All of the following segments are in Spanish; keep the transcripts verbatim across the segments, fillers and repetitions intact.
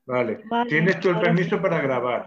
Vale. Vale, Tienes tú el ahora sí. permiso para grabar.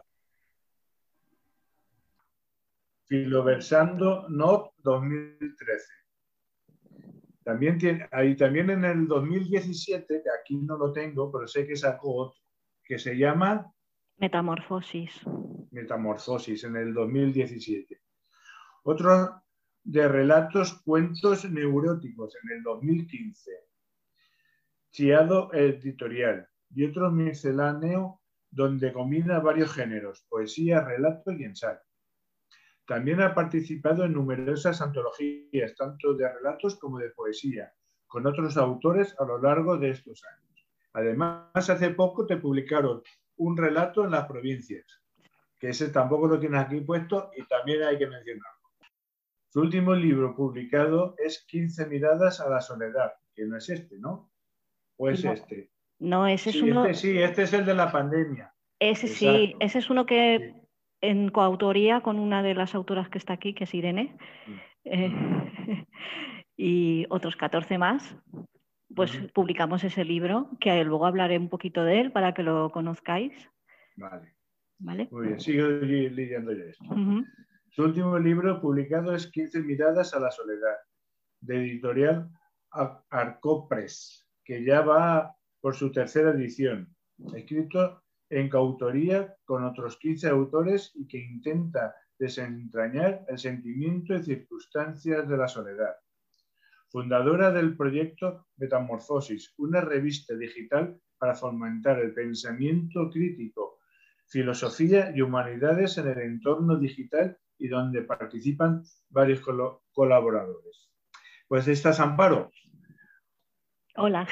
Filoversando Not dos mil trece. También, tiene, ahí, también en el dos mil diecisiete, que aquí no lo tengo, pero sé que sacó otro, que se llama Metamorfosis. Metamorfosis, en el dos mil diecisiete. Otro de relatos, cuentos neuróticos, en el dos mil quince. Chiado Editorial. Y otro misceláneo donde combina varios géneros, poesía, relato y ensayo. También ha participado en numerosas antologías, tanto de relatos como de poesía, con otros autores a lo largo de estos años. Además, hace poco te publicaron un relato en las provincias, que ese tampoco lo tienes aquí puesto y también hay que mencionarlo. Su último libro publicado es quince miradas a la soledad, que no es este, ¿no? ¿O es No, este? no, ese es Sí, este uno, sí, este es el de la pandemia. ese sí, Exacto. ese es uno que Sí. en coautoría con una de las autoras que está aquí, que es Irene, Mm. eh, Mm. y otros catorce más, pues Mm. publicamos ese libro, que luego hablaré un poquito de él para que lo conozcáis. Vale. ¿Vale? Muy bien, sigo leyendo yo esto. Uh -huh. Su último libro publicado es quince miradas a la soledad, de editorial Arcopress, que ya va por su tercera edición, escrito en coautoría con otros quince autores y que intenta desentrañar el sentimiento y circunstancias de la soledad. Fundadora del proyecto Metamorfosis, una revista digital para fomentar el pensamiento crítico, filosofía y humanidades en el entorno digital y donde participan varios col colaboradores. Pues esta es Amparo. Hola.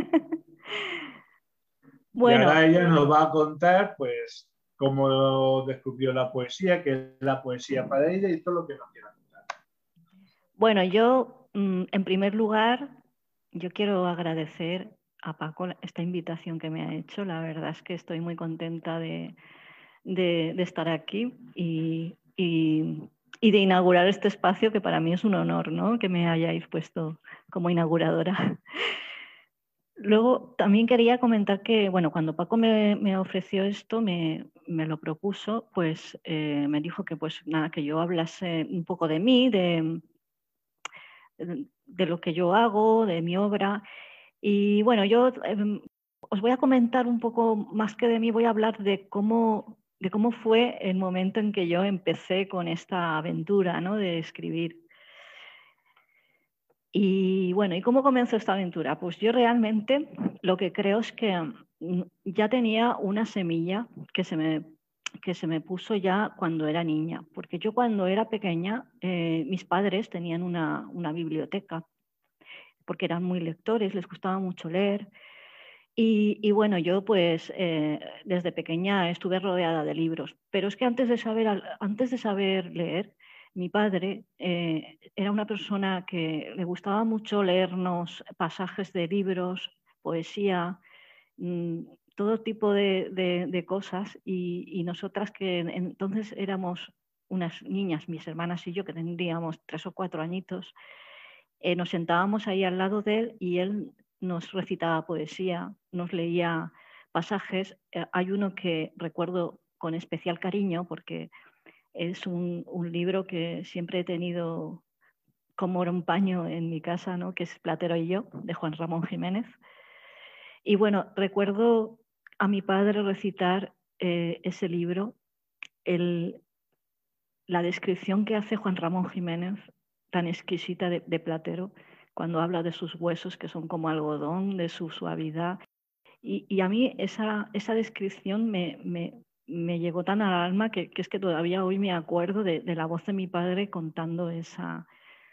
Y Bueno, ahora ella nos va a contar, pues, cómo descubrió la poesía, qué es la poesía para ella y todo lo que nos quiera contar. bueno, yo, en primer lugar, yo quiero agradecer a Paco esta invitación que me ha hecho. La verdad es que estoy muy contenta de, de, de estar aquí y, y, y, de inaugurar este espacio que para mí es un honor, ¿no? Que me hayáis puesto como inauguradora. Luego también quería comentar que, bueno, cuando Paco me, me ofreció esto, me, me, lo propuso, pues eh, me dijo que, pues nada, que yo hablase un poco de mí, de, de lo que yo hago, de mi obra. Y bueno, yo eh, os voy a comentar un poco más que de mí, voy a hablar de cómo, de cómo fue el momento en que yo empecé con esta aventura, ¿no? De escribir. Y bueno, ¿y cómo comenzó esta aventura? Pues yo realmente lo que creo es que ya tenía una semilla que se me, que se me puso ya cuando era niña, porque yo cuando era pequeña, eh, mis padres tenían una, una biblioteca, porque eran muy lectores, les gustaba mucho leer. Y, y bueno, yo pues eh, desde pequeña estuve rodeada de libros, pero es que antes de saber, antes de saber leer, mi padre eh, era una persona que le gustaba mucho leernos pasajes de libros, poesía, mmm, todo tipo de, de, de cosas y, y nosotras que entonces éramos unas niñas, mis hermanas y yo, que tendríamos tres o cuatro añitos, eh, nos sentábamos ahí al lado de él y él nos recitaba poesía, nos leía pasajes. Eh, hay uno que recuerdo con especial cariño porque es un, un libro que siempre he tenido como un paño en mi casa, ¿no? Que es Platero y yo, de Juan Ramón Jiménez. Y bueno, recuerdo a mi padre recitar eh, ese libro, el, la descripción que hace Juan Ramón Jiménez, tan exquisita de, de Platero, cuando habla de sus huesos que son como algodón, de su suavidad. Y, y a mí esa, esa descripción me, me, me llegó tan al alma que, que es que todavía hoy me acuerdo de, de la voz de mi padre contando esa,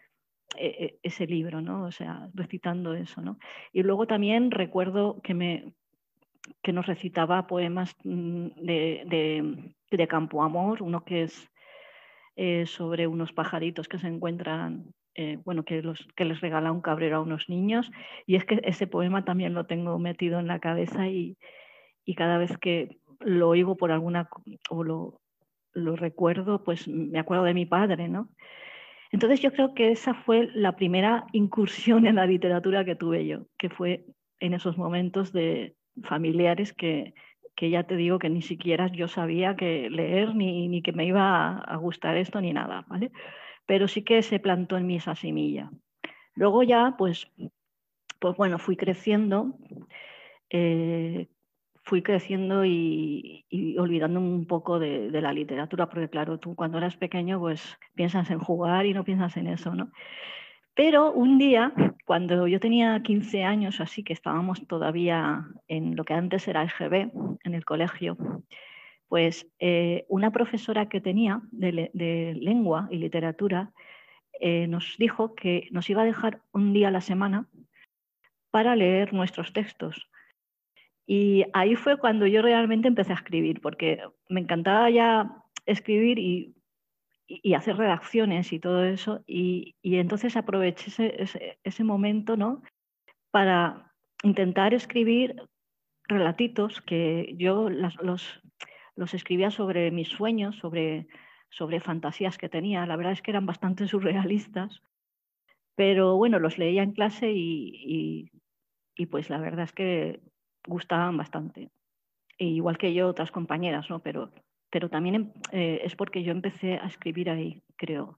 ese libro, ¿no? O sea, recitando eso, ¿no? Y luego también recuerdo que, me, que nos recitaba poemas de, de, de Campoamor, uno que es eh, sobre unos pajaritos que se encuentran, eh, bueno, que, los, que les regala un cabrero a unos niños. Y es que ese poema también lo tengo metido en la cabeza y, y cada vez que lo oigo por alguna, o lo, lo recuerdo, pues me acuerdo de mi padre, ¿no? Entonces yo creo que esa fue la primera incursión en la literatura que tuve yo, que fue en esos momentos de familiares que, que ya te digo que ni siquiera yo sabía que leer ni, ni que me iba a, a gustar esto ni nada, ¿vale? Pero sí que se plantó en mí esa semilla. Luego ya, pues, pues bueno, fui creciendo, eh, fui creciendo y, y olvidándome un poco de, de la literatura, porque claro, tú cuando eras pequeño, pues piensas en jugar y no piensas en eso, ¿no? Pero un día, cuando yo tenía quince años, así que estábamos todavía en lo que antes era el G B, en el colegio, pues eh, una profesora que tenía de, de lengua y literatura eh, nos dijo que nos iba a dejar un día a la semana para leer nuestros textos. Y ahí fue cuando yo realmente empecé a escribir, porque me encantaba ya escribir y y hacer redacciones y todo eso, y, y entonces aproveché ese, ese, ese momento, ¿no?, para intentar escribir relatitos que yo las, los, los escribía sobre mis sueños, sobre, sobre fantasías que tenía. La verdad es que eran bastante surrealistas, pero bueno, los leía en clase y, y, y pues la verdad es que gustaban bastante. E igual que yo, otras compañeras, ¿no? Pero, pero también eh, es porque yo empecé a escribir ahí, creo.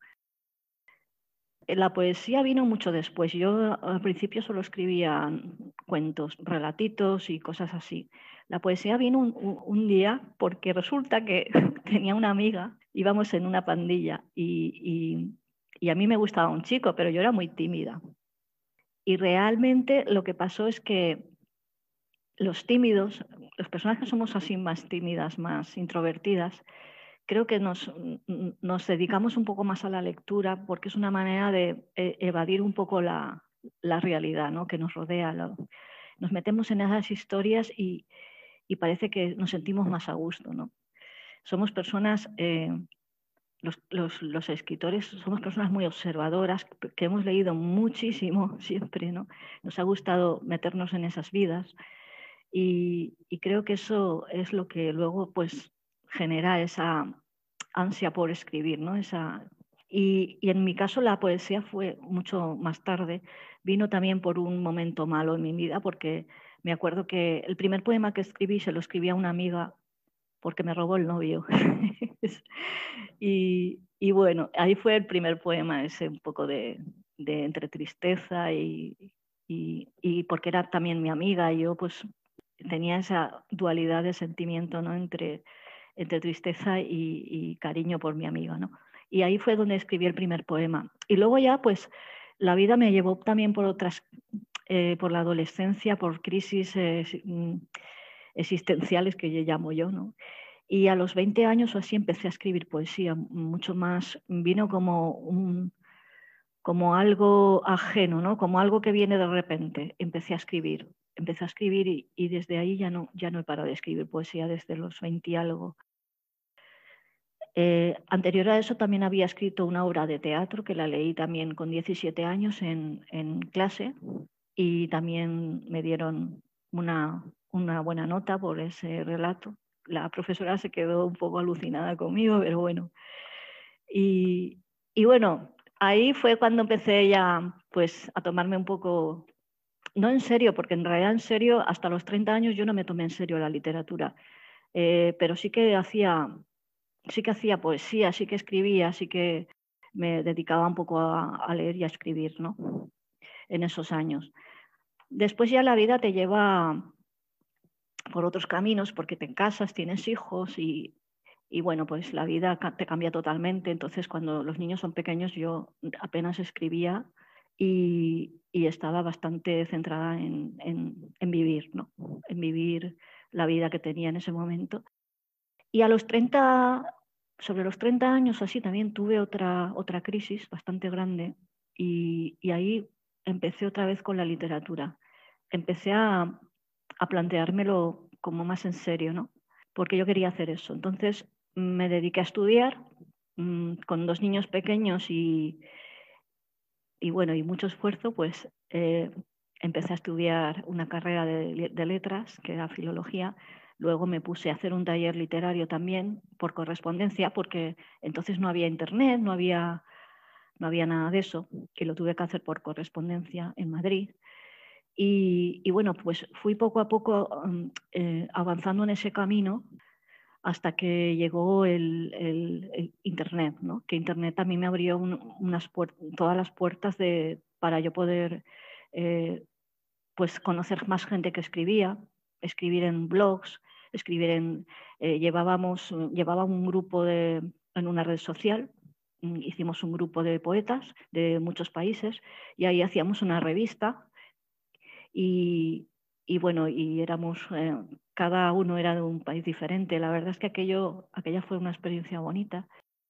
La poesía vino mucho después. Yo al principio solo escribía cuentos, relatitos y cosas así. La poesía vino un, un, un día porque resulta que tenía una amiga, íbamos en una pandilla y, y, y a mí me gustaba un chico, pero yo era muy tímida. Y realmente lo que pasó es que los tímidos, las personas que somos así más tímidas, más introvertidas, creo que nos, nos dedicamos un poco más a la lectura porque es una manera de evadir un poco la, la realidad, ¿no?, que nos rodea. Lo, nos metemos en esas historias y, y, parece que nos sentimos más a gusto, ¿no? Somos personas, eh, los, los, los escritores somos personas muy observadoras, que hemos leído muchísimo siempre, ¿no? Nos ha gustado meternos en esas vidas y, y creo que eso es lo que luego pues genera esa ansia por escribir, ¿no? Esa... Y, y en mi caso la poesía fue mucho más tarde, vino también por un momento malo en mi vida, porque me acuerdo que el primer poema que escribí se lo escribí a una amiga porque me robó el novio. y, y bueno, ahí fue el primer poema, ese un poco de, de entre tristeza y, y, y porque era también mi amiga y yo pues tenía esa dualidad de sentimiento, ¿no?, entre entre tristeza y, y cariño por mi amiga, ¿no? Y ahí fue donde escribí el primer poema. Y luego ya, pues, la vida me llevó también por otras, eh, por la adolescencia, por crisis eh, existenciales que yo llamo yo, ¿no? Y a los veinte años o así empecé a escribir poesía, mucho más, vino como un, como algo ajeno, ¿no?, como algo que viene de repente. Empecé a escribir, empecé a escribir y, y desde ahí ya no, ya no he parado de escribir poesía desde los veinte y algo. Eh, anterior a eso también había escrito una obra de teatro que la leí también con diecisiete años en, en clase y también me dieron una, una buena nota por ese relato. La profesora se quedó un poco alucinada conmigo, pero bueno. Y, y bueno, ahí fue cuando empecé ya pues, a tomarme un poco, no en serio, porque en realidad en serio, hasta los treinta años yo no me tomé en serio la literatura, eh, pero sí que hacía... sí que hacía poesía, sí que escribía, sí que me dedicaba un poco a, a leer y a escribir, ¿no?, en esos años. Después ya la vida te lleva por otros caminos porque te casas, tienes hijos y, y bueno, pues la vida te cambia totalmente. Entonces, cuando los niños son pequeños, yo apenas escribía y, y estaba bastante centrada en, en, en vivir, ¿no?, en vivir la vida que tenía en ese momento. Y a los treinta, sobre los treinta años así, también tuve otra, otra crisis bastante grande y, y ahí empecé otra vez con la literatura. Empecé a, a planteármelo como más en serio, ¿no?, porque yo quería hacer eso. Entonces me dediqué a estudiar mmm, con dos niños pequeños y, y bueno, y mucho esfuerzo, pues eh, empecé a estudiar una carrera de, de letras, que era filología. Luego me puse a hacer un taller literario también por correspondencia, porque entonces no había internet, no había, no había nada de eso, que lo tuve que hacer por correspondencia en Madrid. Y, y bueno, pues fui poco a poco um, eh, avanzando en ese camino hasta que llegó el, el, el Internet, ¿no? Que Internet a mí me abrió un, unas todas las puertas de, para yo poder eh, pues conocer más gente que escribía, escribir en blogs, escribir en... Eh, llevábamos, llevaba un grupo de, en una red social, hicimos un grupo de poetas de muchos países y ahí hacíamos una revista y, y bueno, y éramos, eh, cada uno era de un país diferente. La verdad es que aquello, aquella fue una experiencia bonita.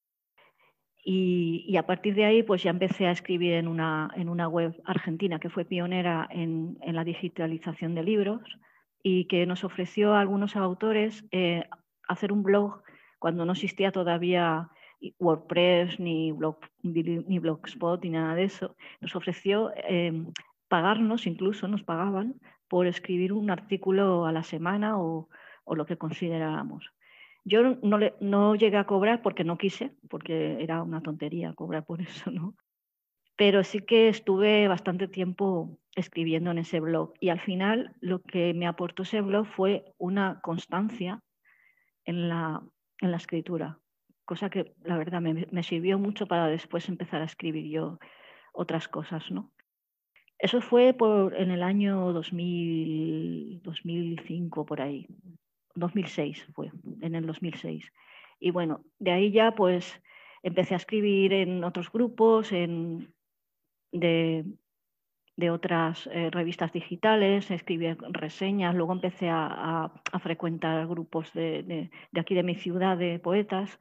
Y, y a partir de ahí, pues ya empecé a escribir en una, en una web argentina que fue pionera en, en la digitalización de libros y que nos ofreció a algunos autores eh, hacer un blog cuando no existía todavía WordPress, ni, blog, ni Blogspot, ni nada de eso. Nos ofreció eh, pagarnos, incluso nos pagaban, por escribir un artículo a la semana o, o lo que consideráramos. Yo no, le, no llegué a cobrar porque no quise, porque era una tontería cobrar por eso, ¿no? Pero sí que estuve bastante tiempo escribiendo en ese blog y al final lo que me aportó ese blog fue una constancia en la, en la escritura, cosa que la verdad me, me sirvió mucho para después empezar a escribir yo otras cosas, ¿no? Eso fue por, en el año dos mil, dos mil cinco, por ahí. dos mil seis fue, en el dos mil seis. Y bueno, de ahí ya pues empecé a escribir en otros grupos, en, de, de otras eh, revistas digitales, escribí reseñas, luego empecé a, a, a frecuentar grupos de, de, de aquí de mi ciudad de poetas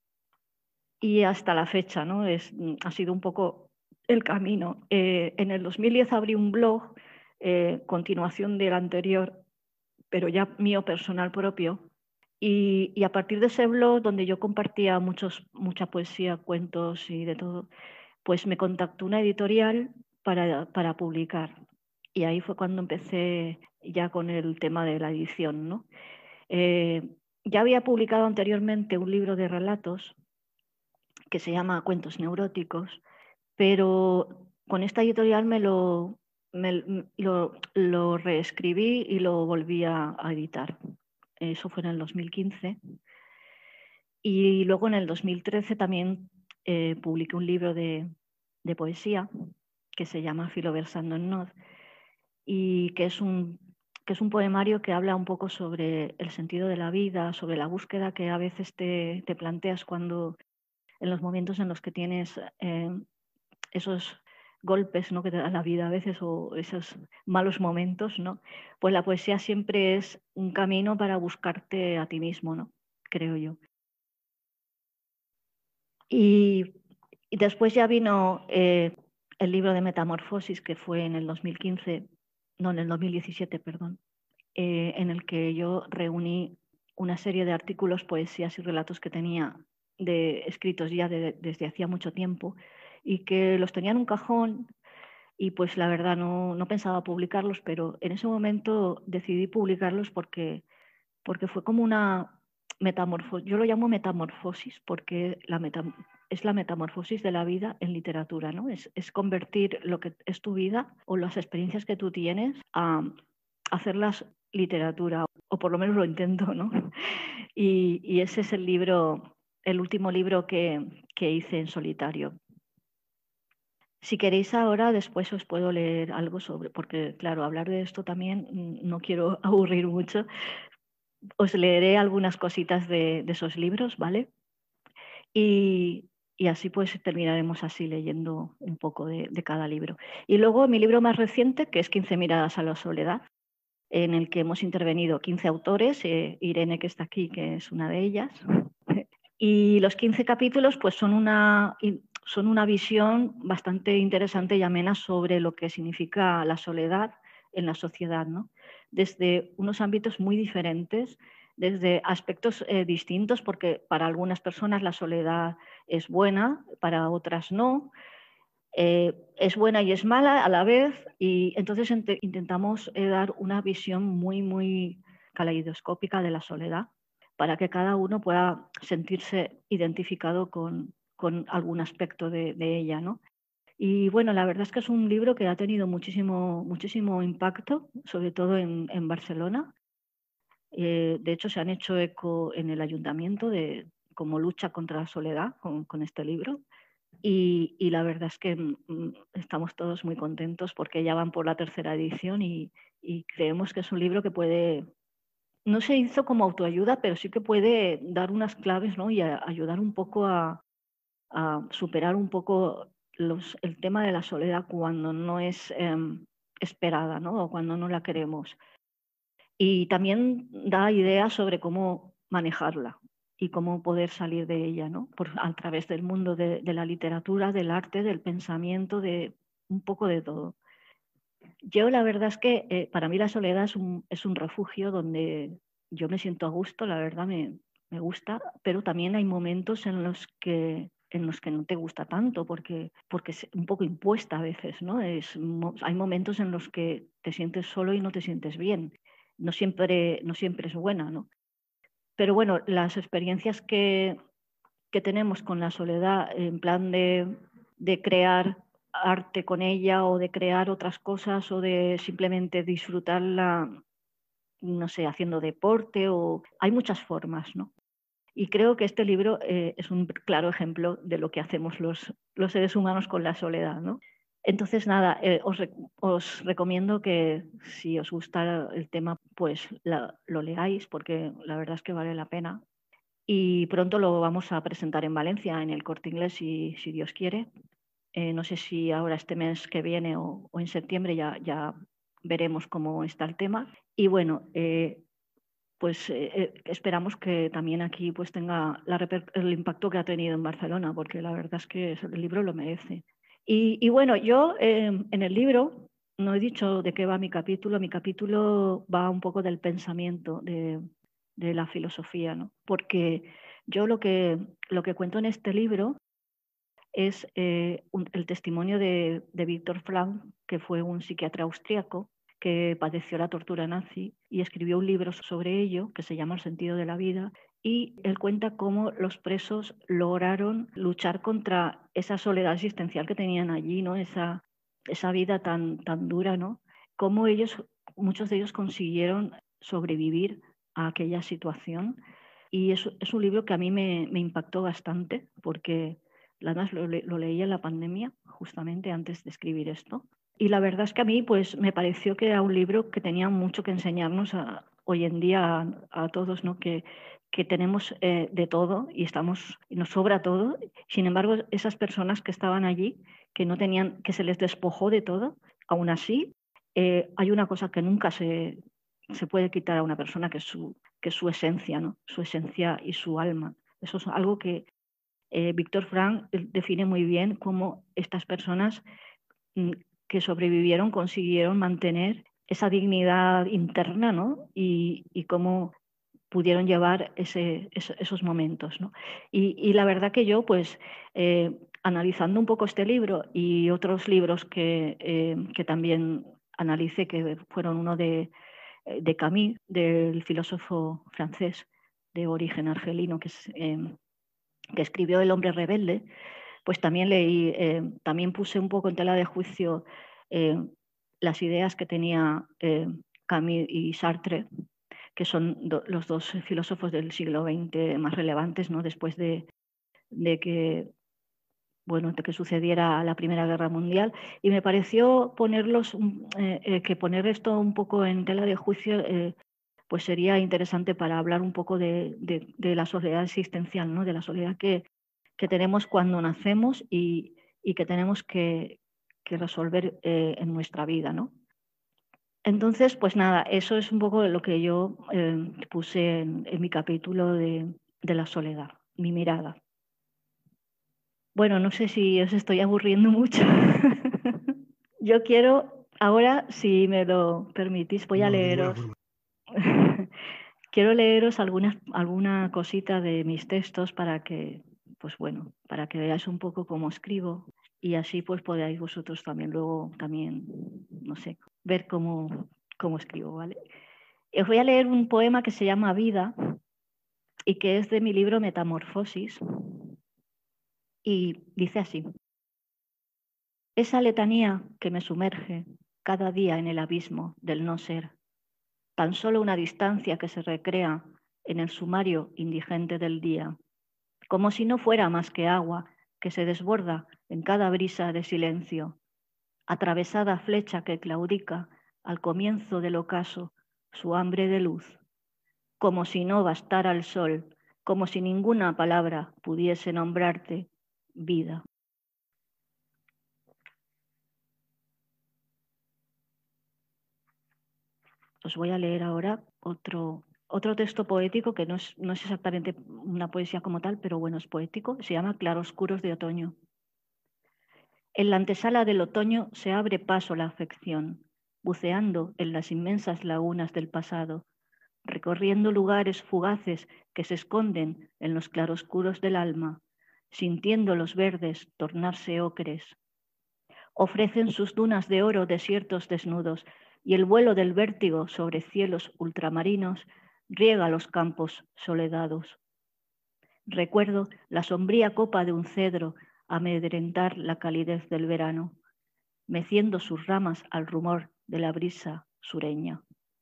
y hasta la fecha, ¿no? Es, ha sido un poco el camino. Eh, en el dos mil diez abrí un blog, eh, continuación del anterior, pero ya mío personal propio. Y, y a partir de ese blog, donde yo compartía muchos, mucha poesía, cuentos y de todo, pues me contactó una editorial para, para publicar. Y ahí fue cuando empecé ya con el tema de la edición, ¿no? Eh, ya había publicado anteriormente un libro de relatos que se llama Cuentos Neuróticos, pero con esta editorial me lo, me, lo, lo reescribí y lo volví a, a editar. Eso fue en el dos mil quince. Y luego en el dos mil trece también eh, publiqué un libro de, de poesía que se llama Filoversando en Nod y que es, un, que es un poemario que habla un poco sobre el sentido de la vida, sobre la búsqueda que a veces te, te planteas cuando en los momentos en los que tienes eh, esos golpes, ¿no?, que te da la vida a veces o esos malos momentos, ¿no? Pues la poesía siempre es un camino para buscarte a ti mismo, ¿no? Creo yo. Y, y después ya vino eh, el libro de Metamorfosis, que fue en el dos mil quince, no, en el dos mil diecisiete, perdón, eh, en el que yo reuní una serie de artículos, poesías y relatos que tenía de, escritos ya de, desde hacía mucho tiempo y que los tenía en un cajón y pues la verdad no, no pensaba publicarlos, pero en ese momento decidí publicarlos porque, porque fue como una metamorfosis, yo lo llamo metamorfosis porque la metam es la metamorfosis de la vida en literatura, ¿no? Es, es convertir lo que es tu vida o las experiencias que tú tienes a hacerlas literatura, o por lo menos lo intento, ¿no? Y, y ese es el libro, el último libro que, que hice en solitario. Si queréis ahora, después os puedo leer algo sobre, porque claro, hablar de esto también no quiero aburrir mucho. Os leeré algunas cositas de, de esos libros, ¿vale? Y, y así pues terminaremos así leyendo un poco de, de cada libro. Y luego mi libro más reciente, que es quince miradas a la soledad, en el que hemos intervenido quince autores, eh, Irene, que está aquí, que es una de ellas. Y los quince capítulos pues son una, son una visión bastante interesante y amena sobre lo que significa la soledad en la sociedad, ¿no? Desde unos ámbitos muy diferentes, desde aspectos eh, distintos, porque para algunas personas la soledad es buena, para otras no. Eh, es buena y es mala a la vez, y entonces int intentamos eh, dar una visión muy, muy caleidoscópica de la soledad para que cada uno pueda sentirse identificado con, con algún aspecto de, de ella, ¿no? Y bueno, la verdad es que es un libro que ha tenido muchísimo, muchísimo impacto, sobre todo en, en Barcelona. Eh, de hecho, se han hecho eco en el ayuntamiento de, como lucha contra la soledad con, con este libro. Y, y, la verdad es que mm, estamos todos muy contentos porque ya van por la tercera edición y, y creemos que es un libro que puede, no se hizo como autoayuda, pero sí que puede dar unas claves, ¿no? Y a, ayudar un poco a, a superar un poco los, el tema de la soledad cuando no es eh, esperada, ¿no? O cuando no la queremos. Y también da ideas sobre cómo manejarla y cómo poder salir de ella, ¿no? Por, a través del mundo de, de la literatura, del arte, del pensamiento, de un poco de todo. Yo la verdad es que eh, para mí la soledad es un, es un refugio donde yo me siento a gusto, la verdad me, me gusta, pero también hay momentos en los que en los que no te gusta tanto porque, porque es un poco impuesta a veces, ¿no? Es, hay momentos en los que te sientes solo y no te sientes bien. No siempre, no siempre es buena, ¿no? Pero bueno, las experiencias que, que tenemos con la soledad en plan de, de crear arte con ella o de crear otras cosas o de simplemente disfrutarla, no sé, haciendo deporte o hay muchas formas, ¿no? Y creo que este libro eh, es un claro ejemplo de lo que hacemos los, los seres humanos con la soledad, ¿no? Entonces, nada, eh, os, os, recomiendo que si os gusta el tema, pues la, lo leáis porque la verdad es que vale la pena. Y pronto lo vamos a presentar en Valencia, en el Corte Inglés, si, si Dios quiere. Eh, no sé si ahora este mes que viene o, o en septiembre ya, ya veremos cómo está el tema. Y bueno, eh, pues eh, esperamos que también aquí pues tenga la, el impacto que ha tenido en Barcelona, porque la verdad es que el libro lo merece. Y, y bueno, yo eh, en el libro no he dicho de qué va mi capítulo. Mi capítulo va un poco del pensamiento, de, de la filosofía, ¿no? Porque yo lo que, lo que cuento en este libro es eh, un, el testimonio de, de Viktor Frankl, que fue un psiquiatra austríaco que padeció la tortura nazi y escribió un libro sobre ello que se llama El sentido de la vida, y él cuenta cómo los presos lograron luchar contra esa soledad existencial que tenían allí, ¿no? Esa, esa vida tan, tan dura, ¿no? Cómo ellos, muchos de ellos consiguieron sobrevivir a aquella situación. Y es, es un libro que a mí me, me impactó bastante porque además lo, lo leí en la pandemia, justamente antes de escribir esto. Y la verdad es que a mí pues, me pareció que era un libro que tenía mucho que enseñarnos a, hoy en día a, a todos, ¿no? que, que tenemos eh, de todo y estamos, nos sobra todo. Sin embargo, esas personas que estaban allí, que no tenían, que se les despojó de todo, aún así, eh, hay una cosa que nunca se, se puede quitar a una persona, que es su, que es su esencia, ¿no? Su esencia y su alma. Eso es algo que eh, Viktor Frankl define muy bien cómo estas personas que sobrevivieron consiguieron mantener esa dignidad interna, ¿no? Y, y cómo pudieron llevar ese, ese, esos momentos, ¿no? Y, y, la verdad que yo, pues, eh, analizando un poco este libro y otros libros que, eh, que también analicé, que fueron uno de, de Camus, del filósofo francés de origen argelino, que, es, eh, que escribió El hombre rebelde, pues también leí, eh, también puse un poco en tela de juicio eh, las ideas que tenía eh, Camus y Sartre, que son do, los dos filósofos del siglo veinte más relevantes, ¿no? Después de, de que bueno, de que sucediera la Primera Guerra Mundial, y me pareció ponerlos, eh, eh, que poner esto un poco en tela de juicio, eh, pues sería interesante para hablar un poco de, de, de la soledad existencial, ¿no? De la soledad que, que tenemos cuando nacemos y, y que tenemos que, que resolver eh, en nuestra vida, ¿no? Entonces, pues nada, eso es un poco lo que yo eh, puse en, en mi capítulo de, de la soledad, mi mirada. Bueno, no sé si os estoy aburriendo mucho. Yo quiero, ahora, si me lo permitís, voy a No, leeros. Quiero leeros alguna, alguna cosita de mis textos para que, pues bueno, para que veáis un poco cómo escribo y así pues podáis vosotros también luego también, no sé, ver cómo, cómo escribo, ¿vale? Os voy a leer un poema que se llama Vida y que es de mi libro Metamorfosis y dice así. Esa letanía que me sumerge cada día en el abismo del no ser, tan solo una distancia que se recrea en el sumario indigente del día, como si no fuera más que agua que se desborda en cada brisa de silencio, atravesada flecha que claudica al comienzo del ocaso su hambre de luz, como si no bastara el sol, como si ninguna palabra pudiese nombrarte vida. Os voy a leer ahora otro, otro texto poético que no es, no es exactamente una poesía como tal, pero bueno, es poético. Se llama Claroscuros de otoño. En la antesala del otoño se abre paso la afección, buceando en las inmensas lagunas del pasado, recorriendo lugares fugaces que se esconden en los claroscuros del alma, sintiendo los verdes tornarse ocres. Ofrecen sus dunas de oro desiertos desnudos, y el vuelo del vértigo sobre cielos ultramarinos riega los campos soledados. Recuerdo la sombría copa de un cedro amedrentar la calidez del verano, meciendo sus ramas al rumor de la brisa sureña.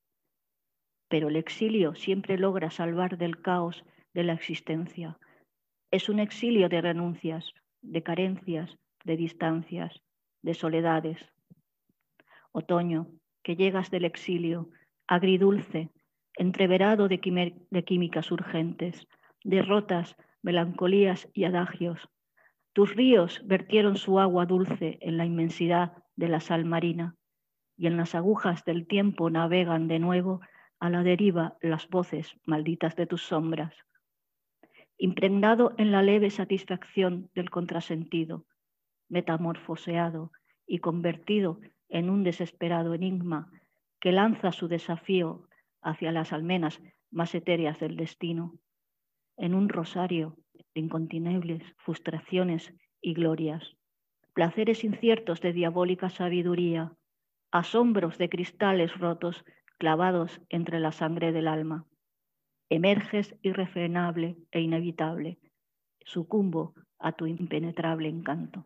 Pero el exilio siempre logra salvar del caos de la existencia. Es un exilio de renuncias, de carencias, de distancias, de soledades. Otoño, que llegas del exilio, agridulce, entreverado de, de químicas urgentes, de rotas, melancolías y adagios. Tus ríos vertieron su agua dulce en la inmensidad de la sal marina, y en las agujas del tiempo navegan de nuevo a la deriva las voces malditas de tus sombras. Impregnado en la leve satisfacción del contrasentido, metamorfoseado y convertido en un desesperado enigma que lanza su desafío hacia las almenas más etéreas del destino, en un rosario de incontinebles frustraciones y glorias, placeres inciertos de diabólica sabiduría, asombros de cristales rotos clavados entre la sangre del alma. Emerges irrefrenable e inevitable, sucumbo a tu impenetrable encanto.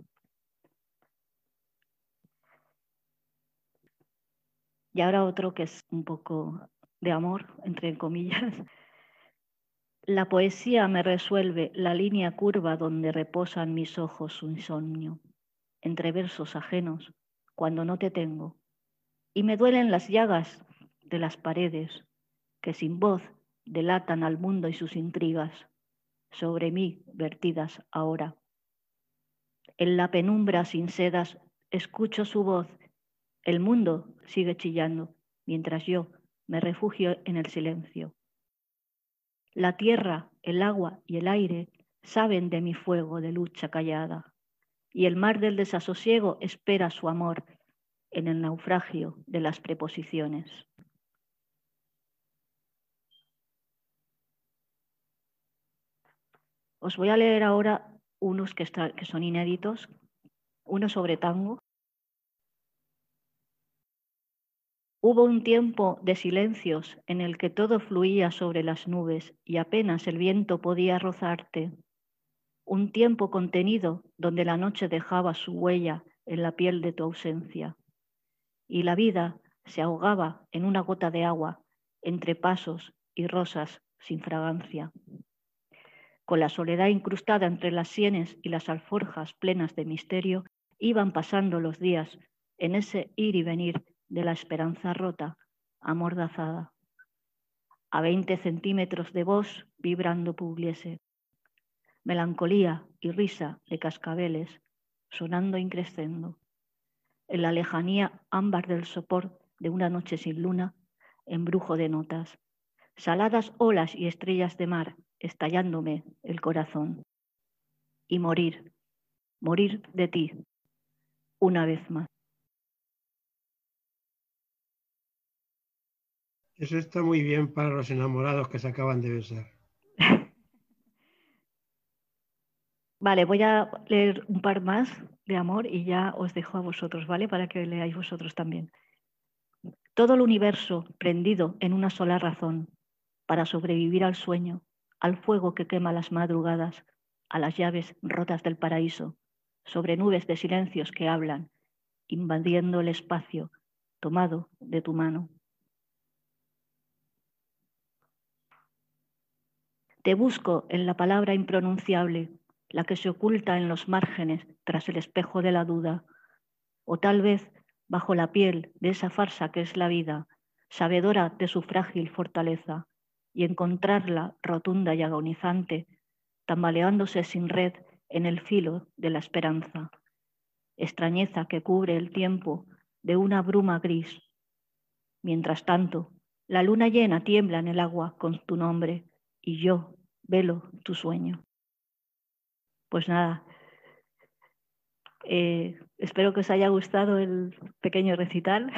Y ahora otro que es un poco de amor, entre comillas. La poesía me resuelve la línea curva donde reposan mis ojos su insomnio, entre versos ajenos, cuando no te tengo. Y me duelen las llagas de las paredes, que sin voz delatan al mundo y sus intrigas, sobre mí vertidas ahora. En la penumbra sin sedas escucho su voz. El mundo sigue chillando, mientras yo me refugio en el silencio. La tierra, el agua y el aire saben de mi fuego de lucha callada, y el mar del desasosiego espera su amor en el naufragio de las preposiciones. Os voy a leer ahora unos que, está, que son inéditos, uno sobre tango. Hubo un tiempo de silencios en el que todo fluía sobre las nubes y apenas el viento podía rozarte. Un tiempo contenido donde la noche dejaba su huella en la piel de tu ausencia. Y la vida se ahogaba en una gota de agua entre pasos y rosas sin fragancia. Con la soledad incrustada entre las sienes y las alforjas plenas de misterio, iban pasando los días en ese ir y venir de la esperanza rota, amordazada. A veinte centímetros de voz vibrando Pugliese. Melancolía y risa de cascabeles, sonando increscendo. En la lejanía ámbar del sopor de una noche sin luna, embrujo de notas. Saladas olas y estrellas de mar, estallándome el corazón. Y morir, morir de ti, una vez más. Eso está muy bien para los enamorados que se acaban de besar. Vale, voy a leer un par más de amor y ya os dejo a vosotros, ¿vale? Para que leáis vosotros también. Todo el universo prendido en una sola razón, para sobrevivir al sueño, al fuego que quema las madrugadas, a las llaves rotas del paraíso, sobre nubes de silencios que hablan invadiendo el espacio, tomado de tu mano. Te busco en la palabra impronunciable, la que se oculta en los márgenes tras el espejo de la duda, o tal vez bajo la piel de esa farsa que es la vida, sabedora de su frágil fortaleza, y encontrarla rotunda y agonizante, tambaleándose sin red en el filo de la esperanza. Extrañeza que cubre el tiempo de una bruma gris. Mientras tanto, la luna llena tiembla en el agua con tu nombre y yo velo tu sueño. Pues nada, eh, espero que os haya gustado el pequeño recital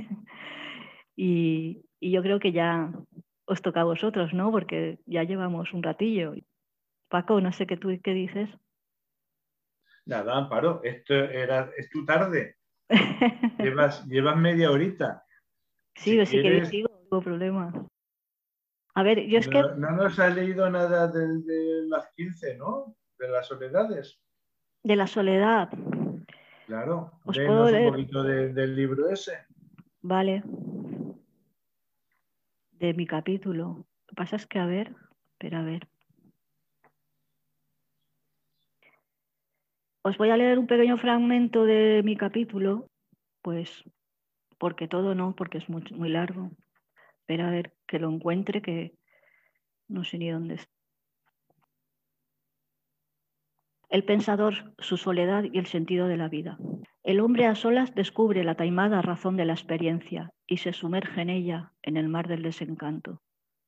y, y yo creo que ya os toca a vosotros, ¿no? Porque ya llevamos un ratillo. Paco, no sé qué tú qué dices. Nada, Amparo, esto era, es tu tarde. llevas, llevas media horita. Sí, si sí quieres, que digo, no tengo problema. A ver, yo es no, que... no nos has leído nada de, de las quince, ¿no? De las soledades. De la soledad. Claro, ¿Os puedo léenos un leer? poquito de, del libro ese. Vale. De mi capítulo. Lo que pasa es que, a ver, espera, a ver. Os voy a leer un pequeño fragmento de mi capítulo, pues, porque todo no, porque es muy, muy largo. Espera a ver que lo encuentre, que no sé ni dónde está. El pensador, su soledad y el sentido de la vida. El hombre a solas descubre la taimada razón de la experiencia y se sumerge en ella, en el mar del desencanto.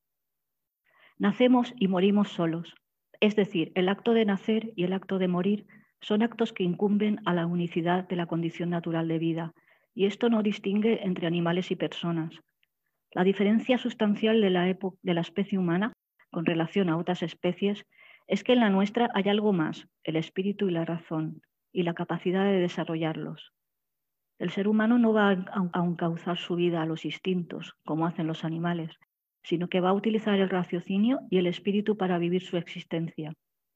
Nacemos y morimos solos, es decir, el acto de nacer y el acto de morir son actos que incumben a la unicidad de la condición natural de vida, y esto no distingue entre animales y personas. La diferencia sustancial de la, de la especie humana con relación a otras especies es que en la nuestra hay algo más, el espíritu y la razón, y la capacidad de desarrollarlos. El ser humano no va a encauzar su vida a los instintos, como hacen los animales, sino que va a utilizar el raciocinio y el espíritu para vivir su existencia.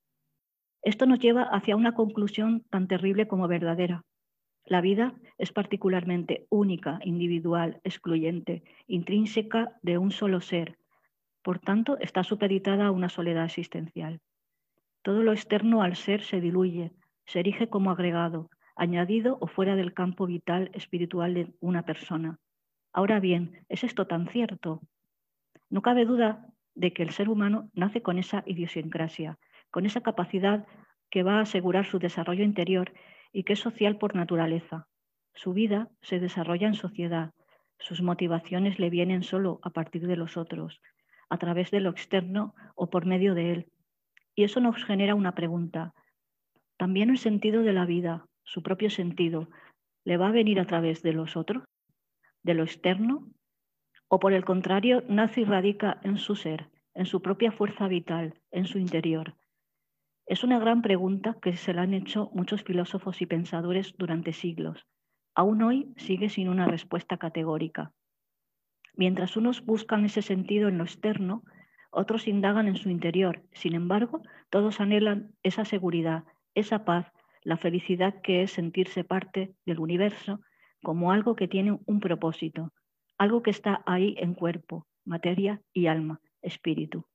Esto nos lleva hacia una conclusión tan terrible como verdadera. La vida es particularmente única, individual, excluyente, intrínseca de un solo ser. Por tanto, está supeditada a una soledad existencial. Todo lo externo al ser se diluye, se erige como agregado, añadido o fuera del campo vital espiritual de una persona. Ahora bien, ¿es esto tan cierto? No cabe duda de que el ser humano nace con esa idiosincrasia, con esa capacidad que va a asegurar su desarrollo interior y que es social por naturaleza. Su vida se desarrolla en sociedad, sus motivaciones le vienen solo a partir de los otros, a través de lo externo o por medio de él. Y eso nos genera una pregunta. ¿También el sentido de la vida, su propio sentido, le va a venir a través de los otros, de lo externo? ¿O por el contrario, nace y radica en su ser, en su propia fuerza vital, en su interior? Es una gran pregunta que se la han hecho muchos filósofos y pensadores durante siglos. Aún hoy sigue sin una respuesta categórica. Mientras unos buscan ese sentido en lo externo, otros indagan en su interior. Sin embargo, todos anhelan esa seguridad, esa paz, la felicidad que es sentirse parte del universo como algo que tiene un propósito, algo que está ahí en cuerpo, materia y alma, espíritu.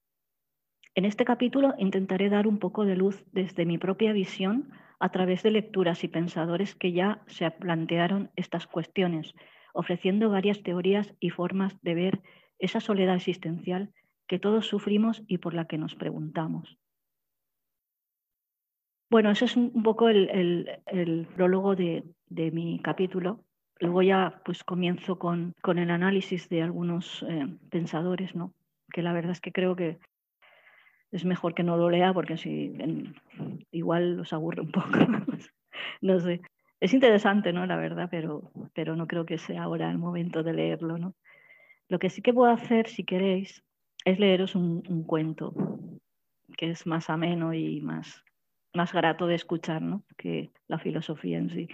En este capítulo intentaré dar un poco de luz desde mi propia visión a través de lecturas y pensadores que ya se plantearon estas cuestiones, ofreciendo varias teorías y formas de ver esa soledad existencial que todos sufrimos y por la que nos preguntamos. Bueno, eso es un poco el, el, el prólogo de, de mi capítulo. Luego ya pues comienzo con, con el análisis de algunos eh, pensadores, ¿no? Que la verdad es que creo que es mejor que no lo lea porque si en, igual los aburre un poco. No sé. Es interesante, ¿no? La verdad, pero, pero no creo que sea ahora el momento de leerlo, ¿no? Lo que sí que puedo hacer, si queréis, es leeros un, un cuento que es más ameno y más, más grato de escuchar, ¿no? Que la filosofía en sí.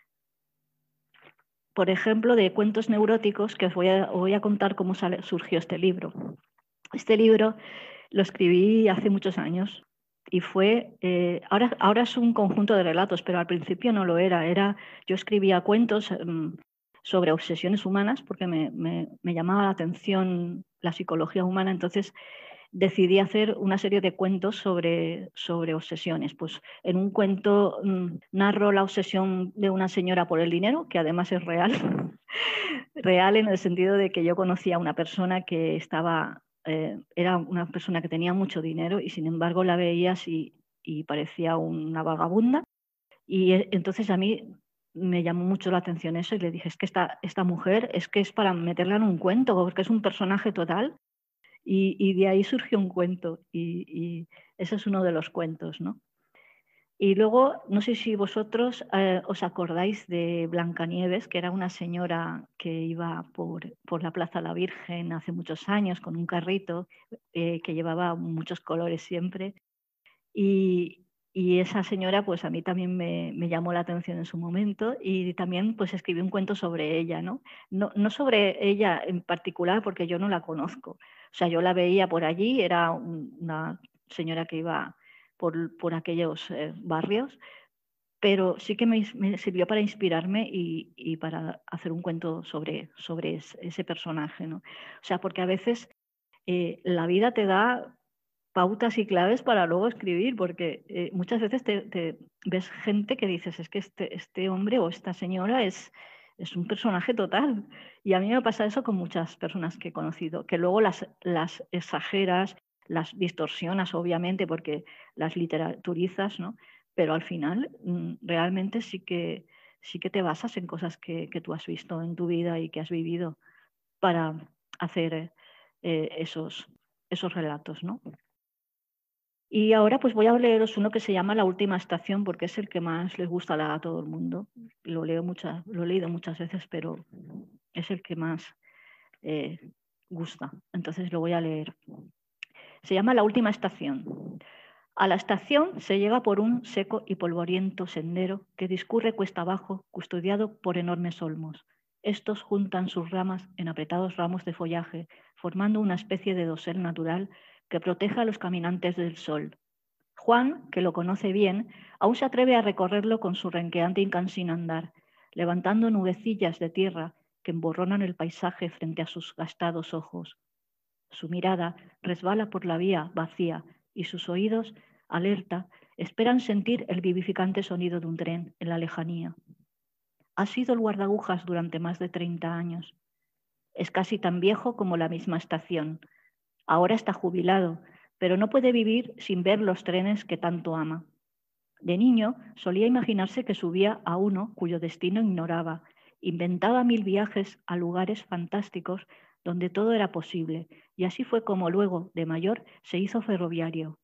Por ejemplo, de Cuentos Neuróticos, que os voy a, os voy a contar cómo sale, surgió este libro. Este libro lo escribí hace muchos años y fue, eh, ahora, ahora es un conjunto de relatos, pero al principio no lo era. era yo escribía cuentos um, sobre obsesiones humanas porque me, me, me llamaba la atención la psicología humana, entonces decidí hacer una serie de cuentos sobre, sobre obsesiones. Pues en un cuento mmm, narro la obsesión de una señora por el dinero, que además es real, real en el sentido de que yo conocía a una persona que estaba, eh, era una persona que tenía mucho dinero y sin embargo la veías y, y parecía una vagabunda. Y entonces a mí me llamó mucho la atención eso y le dije, es que esta, esta mujer es que es para meterla en un cuento, porque es un personaje total. Y, y de ahí surgió un cuento y, y ese es uno de los cuentos, ¿no? Y luego, no sé si vosotros eh, os acordáis de Blancanieves, que era una señora que iba por, por la Plaza de la Virgen hace muchos años con un carrito eh, que llevaba muchos colores siempre. Y, y esa señora, pues a mí también me, me llamó la atención en su momento y también pues escribí un cuento sobre ella, ¿no? No, no sobre ella en particular porque yo no la conozco. O sea, yo la veía por allí, era un, una señora que iba por, por aquellos eh, barrios, pero sí que me, me sirvió para inspirarme y, y para hacer un cuento sobre, sobre ese, ese personaje, ¿no? O sea, porque a veces eh, la vida te da pautas y claves para luego escribir, porque eh, muchas veces te, te ves gente que dices, es que este, este hombre o esta señora es, es un personaje total. Y a mí me pasa eso con muchas personas que he conocido, que luego las, las exageras, las distorsionas, obviamente, porque las literaturizas, ¿no? Pero al final mm, realmente sí que, sí que te basas en cosas que, que tú has visto en tu vida y que has vivido para hacer eh, esos, esos relatos, ¿no? Y ahora pues voy a leeros uno que se llama La última estación porque es el que más les gusta a todo el mundo. Lo, leo muchas, lo he leído muchas veces, pero es el que más eh, gusta. Entonces lo voy a leer. Se llama La última estación. A la estación se llega por un seco y polvoriento sendero que discurre cuesta abajo, custodiado por enormes olmos. Estos juntan sus ramas en apretados ramos de follaje, formando una especie de dosel natural que protege a los caminantes del sol. Juan, que lo conoce bien, aún se atreve a recorrerlo con su renqueante y cansino andar, levantando nubecillas de tierra que emborronan el paisaje frente a sus gastados ojos. Su mirada resbala por la vía vacía y sus oídos, alerta, esperan sentir el vivificante sonido de un tren en la lejanía. Ha sido el guardagujas durante más de treinta años. Es casi tan viejo como la misma estación. Ahora está jubilado, pero no puede vivir sin ver los trenes que tanto ama. De niño solía imaginarse que subía a uno cuyo destino ignoraba, inventaba mil viajes a lugares fantásticos donde todo era posible, y así fue como luego, de mayor, se hizo ferroviario.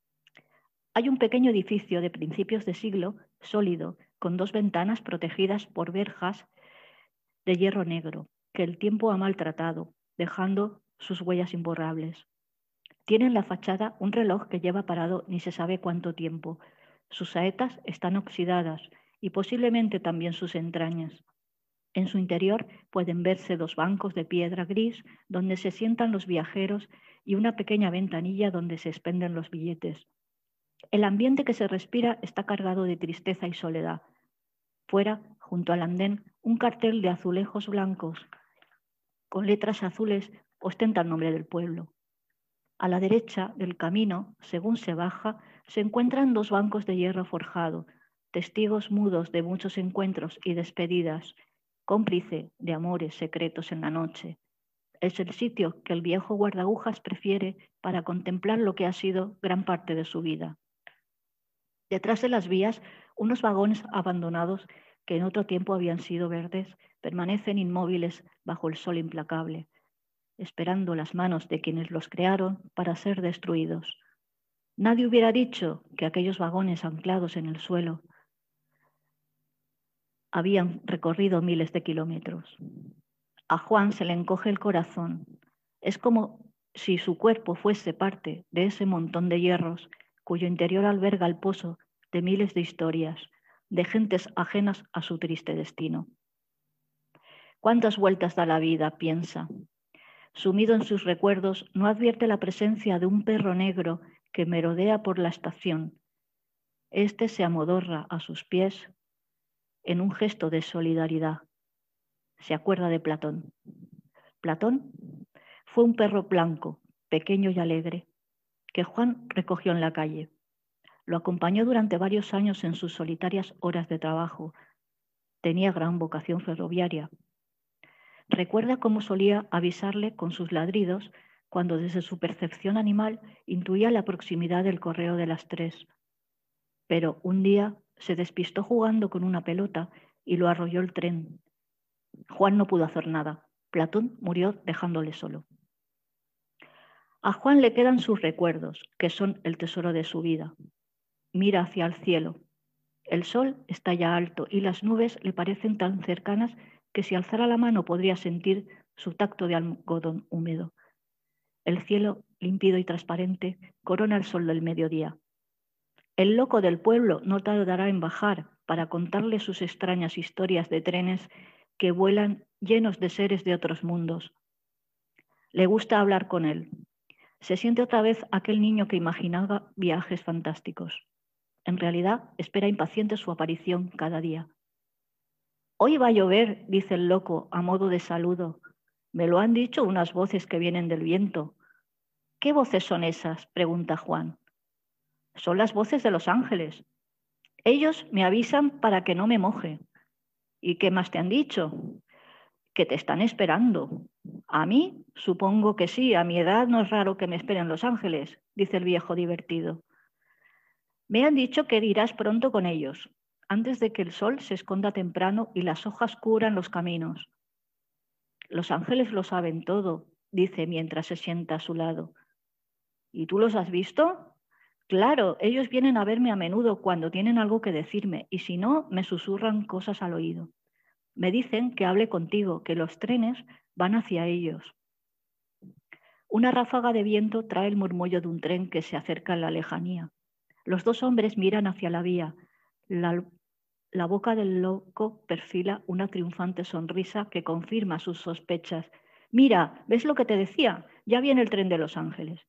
Hay un pequeño edificio de principios de siglo, sólido, con dos ventanas protegidas por verjas de hierro negro, que el tiempo ha maltratado, dejando sus huellas imborrables. Tiene en la fachada un reloj que lleva parado ni se sabe cuánto tiempo. Sus saetas están oxidadas y posiblemente también sus entrañas. En su interior pueden verse dos bancos de piedra gris donde se sientan los viajeros y una pequeña ventanilla donde se expenden los billetes. El ambiente que se respira está cargado de tristeza y soledad. Fuera, junto al andén, un cartel de azulejos blancos con letras azules ostenta el nombre del pueblo. A la derecha del camino, según se baja, se encuentran dos bancos de hierro forjado, testigos mudos de muchos encuentros y despedidas, cómplice de amores secretos en la noche. Es el sitio que el viejo guardagujas prefiere para contemplar lo que ha sido gran parte de su vida. Detrás de las vías, unos vagones abandonados que en otro tiempo habían sido verdes, permanecen inmóviles bajo el sol implacable, esperando las manos de quienes los crearon para ser destruidos. Nadie hubiera dicho que aquellos vagones anclados en el suelo habían recorrido miles de kilómetros. A Juan se le encoge el corazón. Es como si su cuerpo fuese parte de ese montón de hierros cuyo interior alberga el pozo de miles de historias, de gentes ajenas a su triste destino. ¿Cuántas vueltas da la vida?, piensa. Sumido en sus recuerdos, no advierte la presencia de un perro negro que merodea por la estación. Este se amodorra a sus pies en un gesto de solidaridad. Se acuerda de Platón. Platón fue un perro blanco, pequeño y alegre, que Juan recogió en la calle. Lo acompañó durante varios años en sus solitarias horas de trabajo. Tenía gran vocación ferroviaria. Recuerda cómo solía avisarle con sus ladridos cuando desde su percepción animal intuía la proximidad del correo de las tres. Pero un día se despistó jugando con una pelota y lo arrolló el tren. Juan no pudo hacer nada. Platón murió dejándole solo. A Juan le quedan sus recuerdos, que son el tesoro de su vida. Mira hacia el cielo. El sol está ya alto y las nubes le parecen tan cercanas que si alzara la mano podría sentir su tacto de algodón húmedo. El cielo, límpido y transparente, corona el sol del mediodía. El loco del pueblo no tardará en bajar para contarle sus extrañas historias de trenes que vuelan llenos de seres de otros mundos. Le gusta hablar con él. Se siente otra vez aquel niño que imaginaba viajes fantásticos. En realidad, espera impaciente su aparición cada día. Hoy va a llover, dice el loco a modo de saludo. Me lo han dicho unas voces que vienen del viento. ¿Qué voces son esas?, pregunta Juan. Son las voces de los ángeles. Ellos me avisan para que no me moje. ¿Y qué más te han dicho? Que te están esperando. A mí, supongo que sí, a mi edad no es raro que me esperen los ángeles, dice el viejo divertido. Me han dicho que irás pronto con ellos, antes de que el sol se esconda temprano y las hojas cubran los caminos. Los ángeles lo saben todo, dice mientras se sienta a su lado. ¿Y tú los has visto? Claro, ellos vienen a verme a menudo cuando tienen algo que decirme y si no, me susurran cosas al oído. Me dicen que hable contigo, que los trenes van hacia ellos. Una ráfaga de viento trae el murmullo de un tren que se acerca en la lejanía. Los dos hombres miran hacia la vía. La, la boca del loco perfila una triunfante sonrisa que confirma sus sospechas. Mira, ¿ves lo que te decía? Ya viene el tren de Los Ángeles.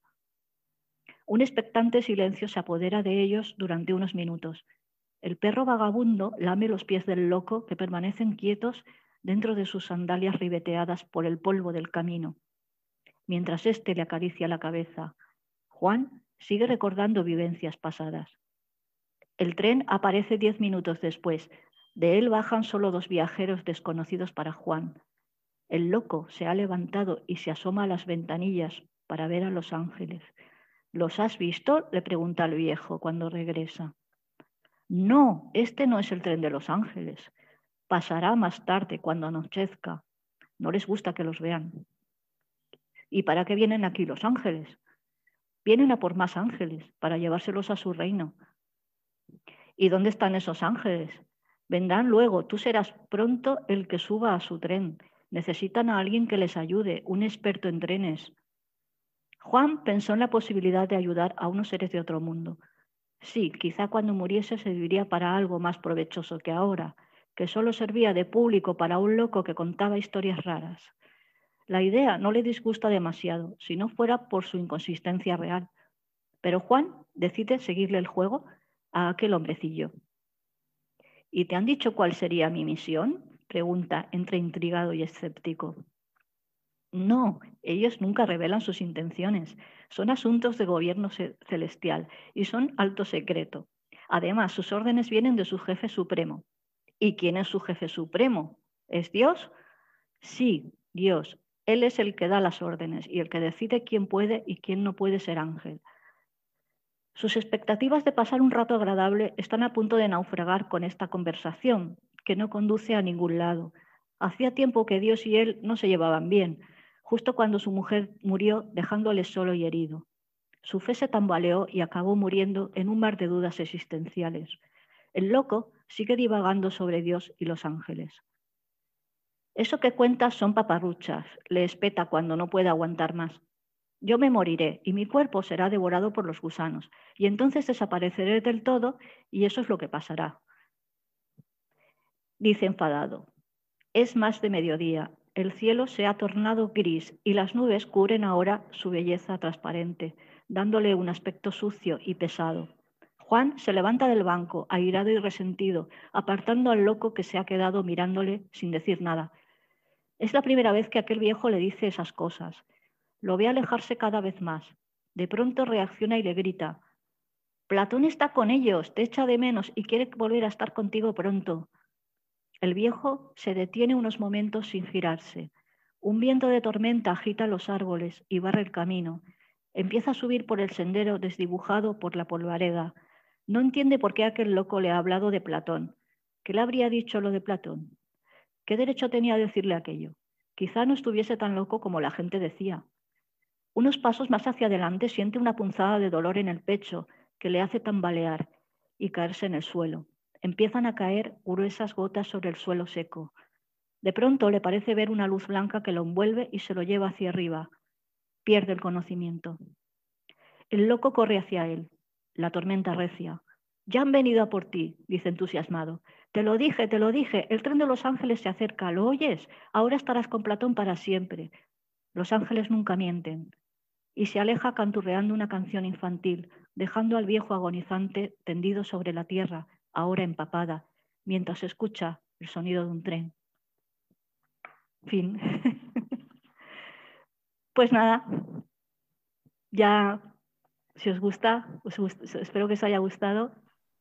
Un expectante silencio se apodera de ellos durante unos minutos. El perro vagabundo lame los pies del loco que permanecen quietos dentro de sus sandalias ribeteadas por el polvo del camino. Mientras éste le acaricia la cabeza, Juan sigue recordando vivencias pasadas. El tren aparece diez minutos después. De él bajan solo dos viajeros desconocidos para Juan. El loco se ha levantado y se asoma a las ventanillas para ver a Los Ángeles. ¿Los has visto?, le pregunta el viejo cuando regresa. No, este no es el tren de Los Ángeles. Pasará más tarde, cuando anochezca. No les gusta que los vean. ¿Y para qué vienen aquí los ángeles? Vienen a por más ángeles, para llevárselos a su reino. ¿Y dónde están esos ángeles? Vendrán luego, tú serás pronto el que suba a su tren. Necesitan a alguien que les ayude, un experto en trenes. Juan pensó en la posibilidad de ayudar a unos seres de otro mundo. Sí, quizá cuando muriese serviría para algo más provechoso que ahora, que solo servía de público para un loco que contaba historias raras. La idea no le disgusta demasiado, si no fuera por su inconsistencia real. Pero Juan decide seguirle el juego a aquel hombrecillo. ¿Y te han dicho cuál sería mi misión?, pregunta entre intrigado y escéptico. No, ellos nunca revelan sus intenciones. Son asuntos de gobierno celestial y son alto secreto. Además, sus órdenes vienen de su jefe supremo. ¿Y quién es su jefe supremo? ¿Es Dios? Sí, Dios. Él es el que da las órdenes y el que decide quién puede y quién no puede ser ángel. Sus expectativas de pasar un rato agradable están a punto de naufragar con esta conversación, que no conduce a ningún lado. Hacía tiempo que Dios y él no se llevaban bien, justo cuando su mujer murió dejándole solo y herido. Su fe se tambaleó y acabó muriendo en un mar de dudas existenciales. El loco sigue divagando sobre Dios y los ángeles. Eso que cuentas son paparruchas, le espeta cuando no puede aguantar más. Yo me moriré y mi cuerpo será devorado por los gusanos y entonces desapareceré del todo y eso es lo que pasará. Dice enfadado. Es más de mediodía. El cielo se ha tornado gris y las nubes cubren ahora su belleza transparente. dándole un aspecto sucio y pesado. Juan se levanta del banco, airado y resentido, apartando al loco que se ha quedado mirándole sin decir nada. Es la primera vez que aquel viejo le dice esas cosas. Lo ve alejarse cada vez más. De pronto reacciona y le grita: «Platón está con ellos, te echa de menos y quiere volver a estar contigo pronto». El viejo se detiene unos momentos sin girarse. Un viento de tormenta agita los árboles y barre el camino. Empieza a subir por el sendero desdibujado por la polvareda. No entiende por qué aquel loco le ha hablado de Platón. ¿Qué le habría dicho lo de Platón? ¿Qué derecho tenía a decirle aquello? Quizá no estuviese tan loco como la gente decía. Unos pasos más hacia adelante siente una punzada de dolor en el pecho que le hace tambalear y caerse en el suelo. Empiezan a caer gruesas gotas sobre el suelo seco. De pronto le parece ver una luz blanca que lo envuelve y se lo lleva hacia arriba. Pierde el conocimiento. El loco corre hacia él. La tormenta recia. «Ya han venido a por ti», dice entusiasmado. «Te lo dije, te lo dije. El tren de Los Ángeles se acerca. ¿Lo oyes? Ahora estarás con Platón para siempre». Los ángeles nunca mienten. Y se aleja canturreando una canción infantil, dejando al viejo agonizante tendido sobre la tierra, ahora empapada, mientras escucha el sonido de un tren. Fin. Pues nada, ya, si os gusta, os gust- espero que os haya gustado.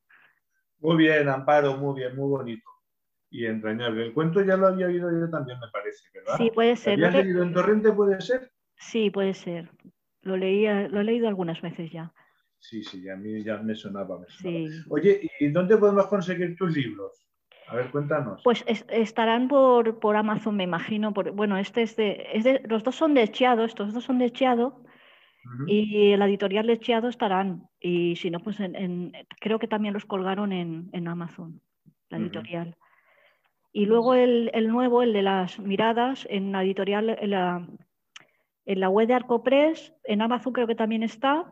Muy bien, Amparo, muy bien, muy bonito y entrañable. El cuento ya lo había oído yo también, me parece, ¿verdad? Sí, puede ¿Lo ser. Lo habías le- leído en Torrente, puede ser? Sí, puede ser. Lo, leía, lo he leído algunas veces ya. Sí, sí, a mí ya me sonaba, me sonaba. Sí. Oye, ¿y dónde podemos conseguir tus libros? A ver, cuéntanos. Pues es- estarán por, por Amazon, me imagino. Por, bueno, este es de, es de- los dos son de Chiado, estos dos son de Chiado, Uh-huh. y la editorial de Chiado estarán. Y si no, pues en, en- creo que también los colgaron en, en Amazon, la editorial. Uh-huh. Y luego el, el nuevo, el de las miradas, en la editorial, en la, en la web de Arcopress, en Amazon creo que también está.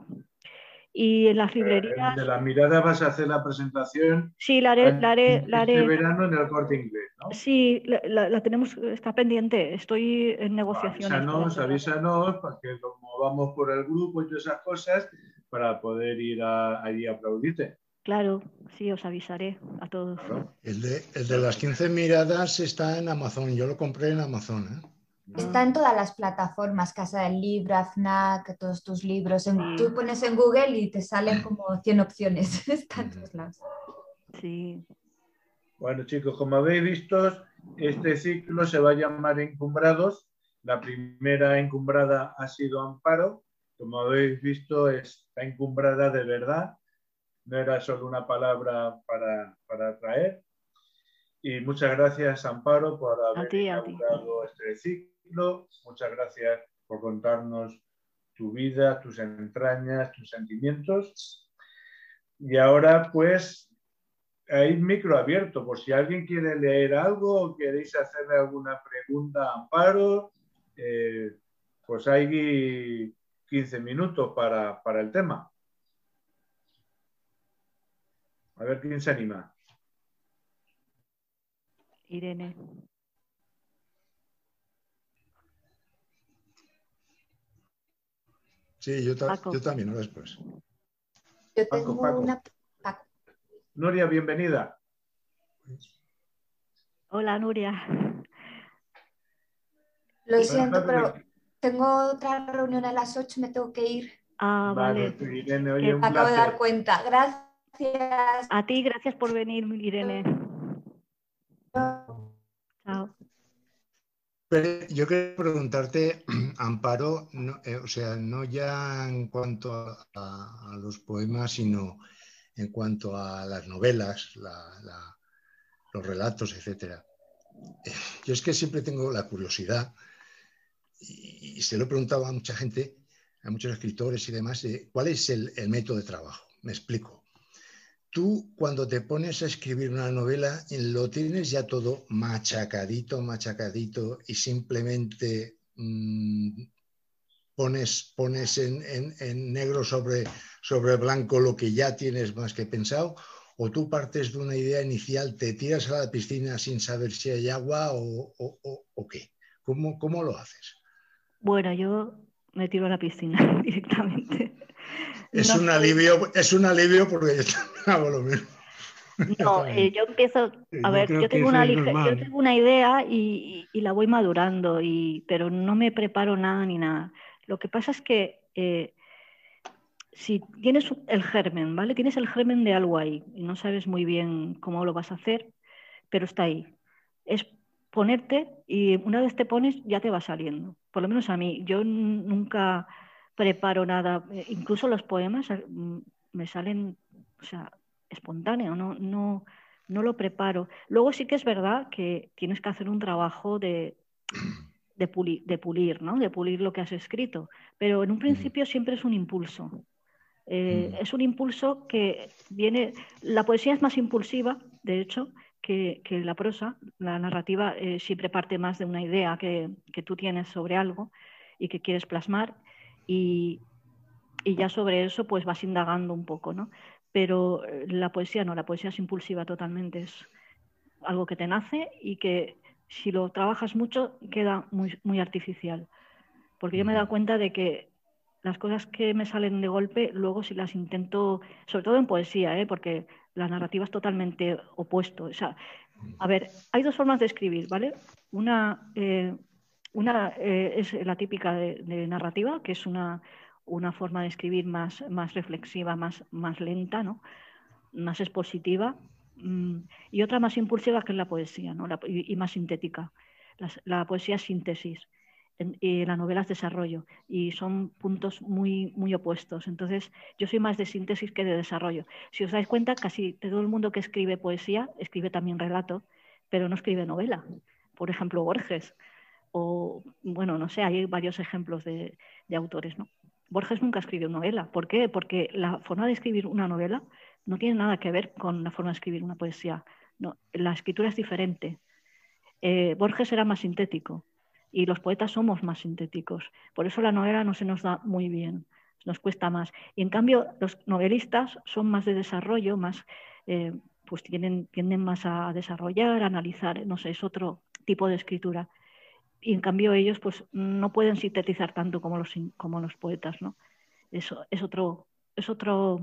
Y en las librerías. De la mirada vas a hacer la presentación. Sí, la haré, la haré, la haré. Este verano en el Corte Inglés, ¿no? Sí, la, la, la tenemos, está pendiente. Estoy en negociaciones. Avísanos, avísanos, porque como vamos por el grupo y todas esas cosas, para poder ir a, allí a aplaudirte. Claro, sí, os avisaré a todos. Claro. El de, el de las quince miradas está en Amazon. Yo lo compré en Amazon, ¿eh? Está en todas las plataformas, Casa del Libro, AFNAC, todos tus libros. En, sí. Tú pones en Google y te salen como cien opciones. Está en todos lados. Sí. Bueno, chicos, como habéis visto, este ciclo se va a llamar Encumbrados. La primera encumbrada ha sido Amparo. Como habéis visto, está encumbrada de verdad. No era solo una palabra para, para traer. Y muchas gracias, Amparo, por haber ti, inaugurado este ciclo. Muchas gracias por contarnos tu vida, tus entrañas, tus sentimientos. Y ahora, pues, hay micro abierto. Por si alguien quiere leer algo o queréis hacerle alguna pregunta a Amparo, eh, pues hay quince minutos para, para el tema. A ver quién se anima. Irene. Sí, yo, ta yo también, ahora después. Yo tengo Paco, Paco. una... Paco. Nuria, bienvenida. Hola, Nuria. Lo siento, pero tengo otra reunión a las ocho, me tengo que ir. Ah, vale. vale. Irene, oye, un me acabo placer. de dar cuenta. Gracias. A ti, gracias por venir, Irene. Chao. Pero yo quería preguntarte, Amparo, no, eh, o sea, no ya en cuanto a, a, a los poemas, sino en cuanto a las novelas, la, la, los relatos, etcétera. Eh, yo es que siempre tengo la curiosidad, y, y se lo he preguntado a mucha gente, a muchos escritores y demás, de cuál es el, el método de trabajo. Me explico. Tú, cuando te pones a escribir una novela, lo tienes ya todo machacadito, machacadito, y simplemente mmm, pones, pones en, en, en negro sobre, sobre blanco lo que ya tienes más que pensado, o tú partes de una idea inicial, te tiras a la piscina sin saber si hay agua o, o, o, o qué. ¿Cómo, ¿Cómo lo haces? Bueno, yo me tiro a la piscina directamente. Es no un sé. alivio, es un alivio porque yo también hago lo mismo. No, eh, yo empiezo, a Yo ver, creo yo que tengo eso una, es lige- yo normal. tengo una idea y, y- y la voy madurando, y, pero no me preparo nada ni nada. Lo que pasa es que eh, si tienes el germen, ¿vale? Tienes el germen de algo ahí y no sabes muy bien cómo lo vas a hacer, pero está ahí. Es ponerte y una vez te pones ya te va saliendo. Por lo menos a mí, yo n- nunca preparo nada, eh, incluso los poemas eh, mm, me salen, o sea, espontáneo, no, no, no lo preparo. Luego sí que es verdad que tienes que hacer un trabajo de, de, puli- de pulir, ¿no? De pulir lo que has escrito, pero en un principio siempre es un impulso. Eh, es un impulso que viene, la poesía es más impulsiva, de hecho, que, que la prosa. La narrativa eh, siempre parte más de una idea que, que tú tienes sobre algo y que quieres plasmar, y, y ya sobre eso pues vas indagando un poco, ¿no? Pero eh, la poesía no, la poesía es impulsiva totalmente, es algo que te nace y que si lo trabajas mucho queda muy, muy artificial. Porque yo me he dado cuenta de que las cosas que me salen de golpe, luego si las intento, sobre todo en poesía, ¿eh? Porque la narrativa es totalmente opuesto. O sea, a ver, hay dos formas de escribir, ¿vale? Una, eh, una eh, es la típica de, de narrativa, que es una, una forma de escribir más, más reflexiva, más, más lenta, ¿no? Más expositiva, mm, y otra más impulsiva, que es la poesía, ¿no? La, y, y más sintética. La, la poesía es síntesis en, y la novela es desarrollo, y son puntos muy, muy opuestos. Entonces, yo soy más de síntesis que de desarrollo. Si os dais cuenta, casi todo el mundo que escribe poesía escribe también relato, pero no escribe novela. Por ejemplo, Borges, o, bueno, no sé, hay varios ejemplos de, de autores, ¿no? Borges nunca escribió novela. ¿Por qué? Porque la forma de escribir una novela no tiene nada que ver con la forma de escribir una poesía. No, la escritura es diferente. Eh, Borges era más sintético y los poetas somos más sintéticos. Por eso la novela no se nos da muy bien, nos cuesta más. Y en cambio los novelistas son más de desarrollo, más, eh, pues tienden, tienden más a desarrollar, a analizar, no sé, es otro tipo de escritura. Y en cambio ellos pues no pueden sintetizar tanto como los, como los poetas, ¿no? Eso es otro, es otro,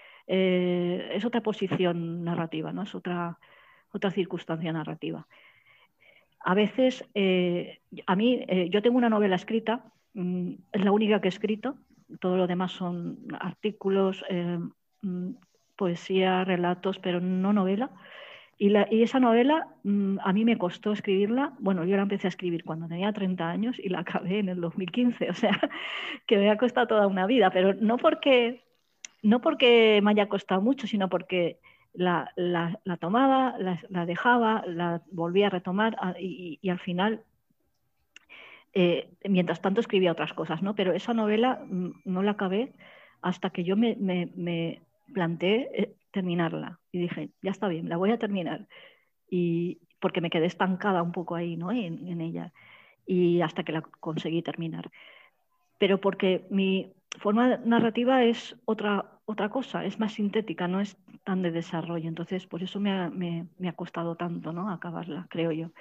eh, es otra posición narrativa, ¿no? Es otra, otra circunstancia narrativa. A veces, eh, a mí, eh, yo tengo una novela escrita, mmm, es la única que he escrito, todo lo demás son artículos, eh, mmm, poesía, relatos, pero no novela. Y, la, y esa novela mmm, a mí me costó escribirla. Bueno, yo la empecé a escribir cuando tenía treinta años y la acabé en el dos mil quince, o sea, que me ha costado toda una vida, pero no porque, no porque me haya costado mucho, sino porque la, la, la tomaba, la, la, dejaba, la volvía a retomar y, y al final, eh, mientras tanto escribía otras cosas, ¿no? Pero esa novela no la acabé hasta que yo me, me, me planteé terminarla y dije, ya está bien, la voy a terminar. Y porque me quedé estancada un poco ahí, ¿no? En, en ella. Y hasta que la conseguí terminar. Pero porque mi forma narrativa es otra, otra cosa, es más sintética, no es tan de desarrollo. Entonces, por eso me ha, me, me ha costado tanto, ¿no? Acabarla, creo yo.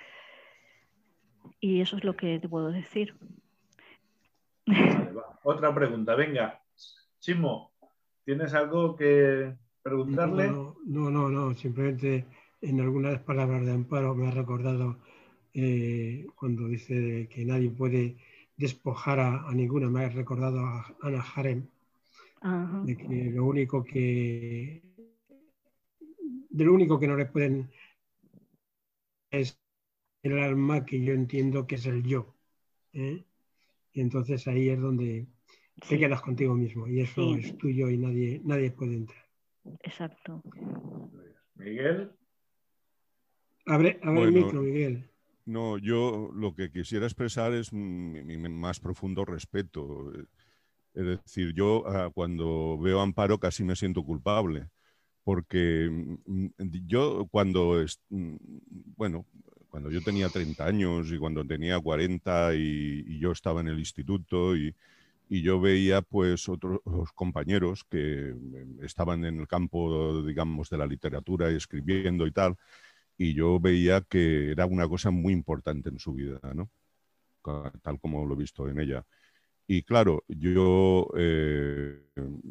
Y eso es lo que te puedo decir. Vale, va. Otra pregunta, venga. Chimo, ¿tienes algo que preguntarle? No, no, no, no, simplemente en algunas palabras de Amparo me ha recordado eh, cuando dice que nadie puede despojar a, a ninguna, me ha recordado a Ana Harem, Ajá. de que lo único que de lo único que no le pueden es el alma, que yo entiendo que es el yo, ¿eh? Y entonces ahí es donde te Sí, quedas contigo mismo y eso sí, es tuyo y nadie, nadie puede entrar. exacto. Miguel. Abre, abre el Bueno, micro, Miguel. no, yo lo que quisiera expresar es mi, mi más profundo respeto. Es decir, yo uh, cuando veo a Amparo casi me siento culpable, porque mm, yo cuando, es, mm, bueno, cuando yo tenía treinta años y cuando tenía cuarenta y, y yo estaba en el instituto y, y yo veía pues otros compañeros que estaban en el campo, digamos, de la literatura y escribiendo y tal, y yo veía que era una cosa muy importante en su vida, ¿no? Tal como lo he visto en ella. Y claro, yo eh,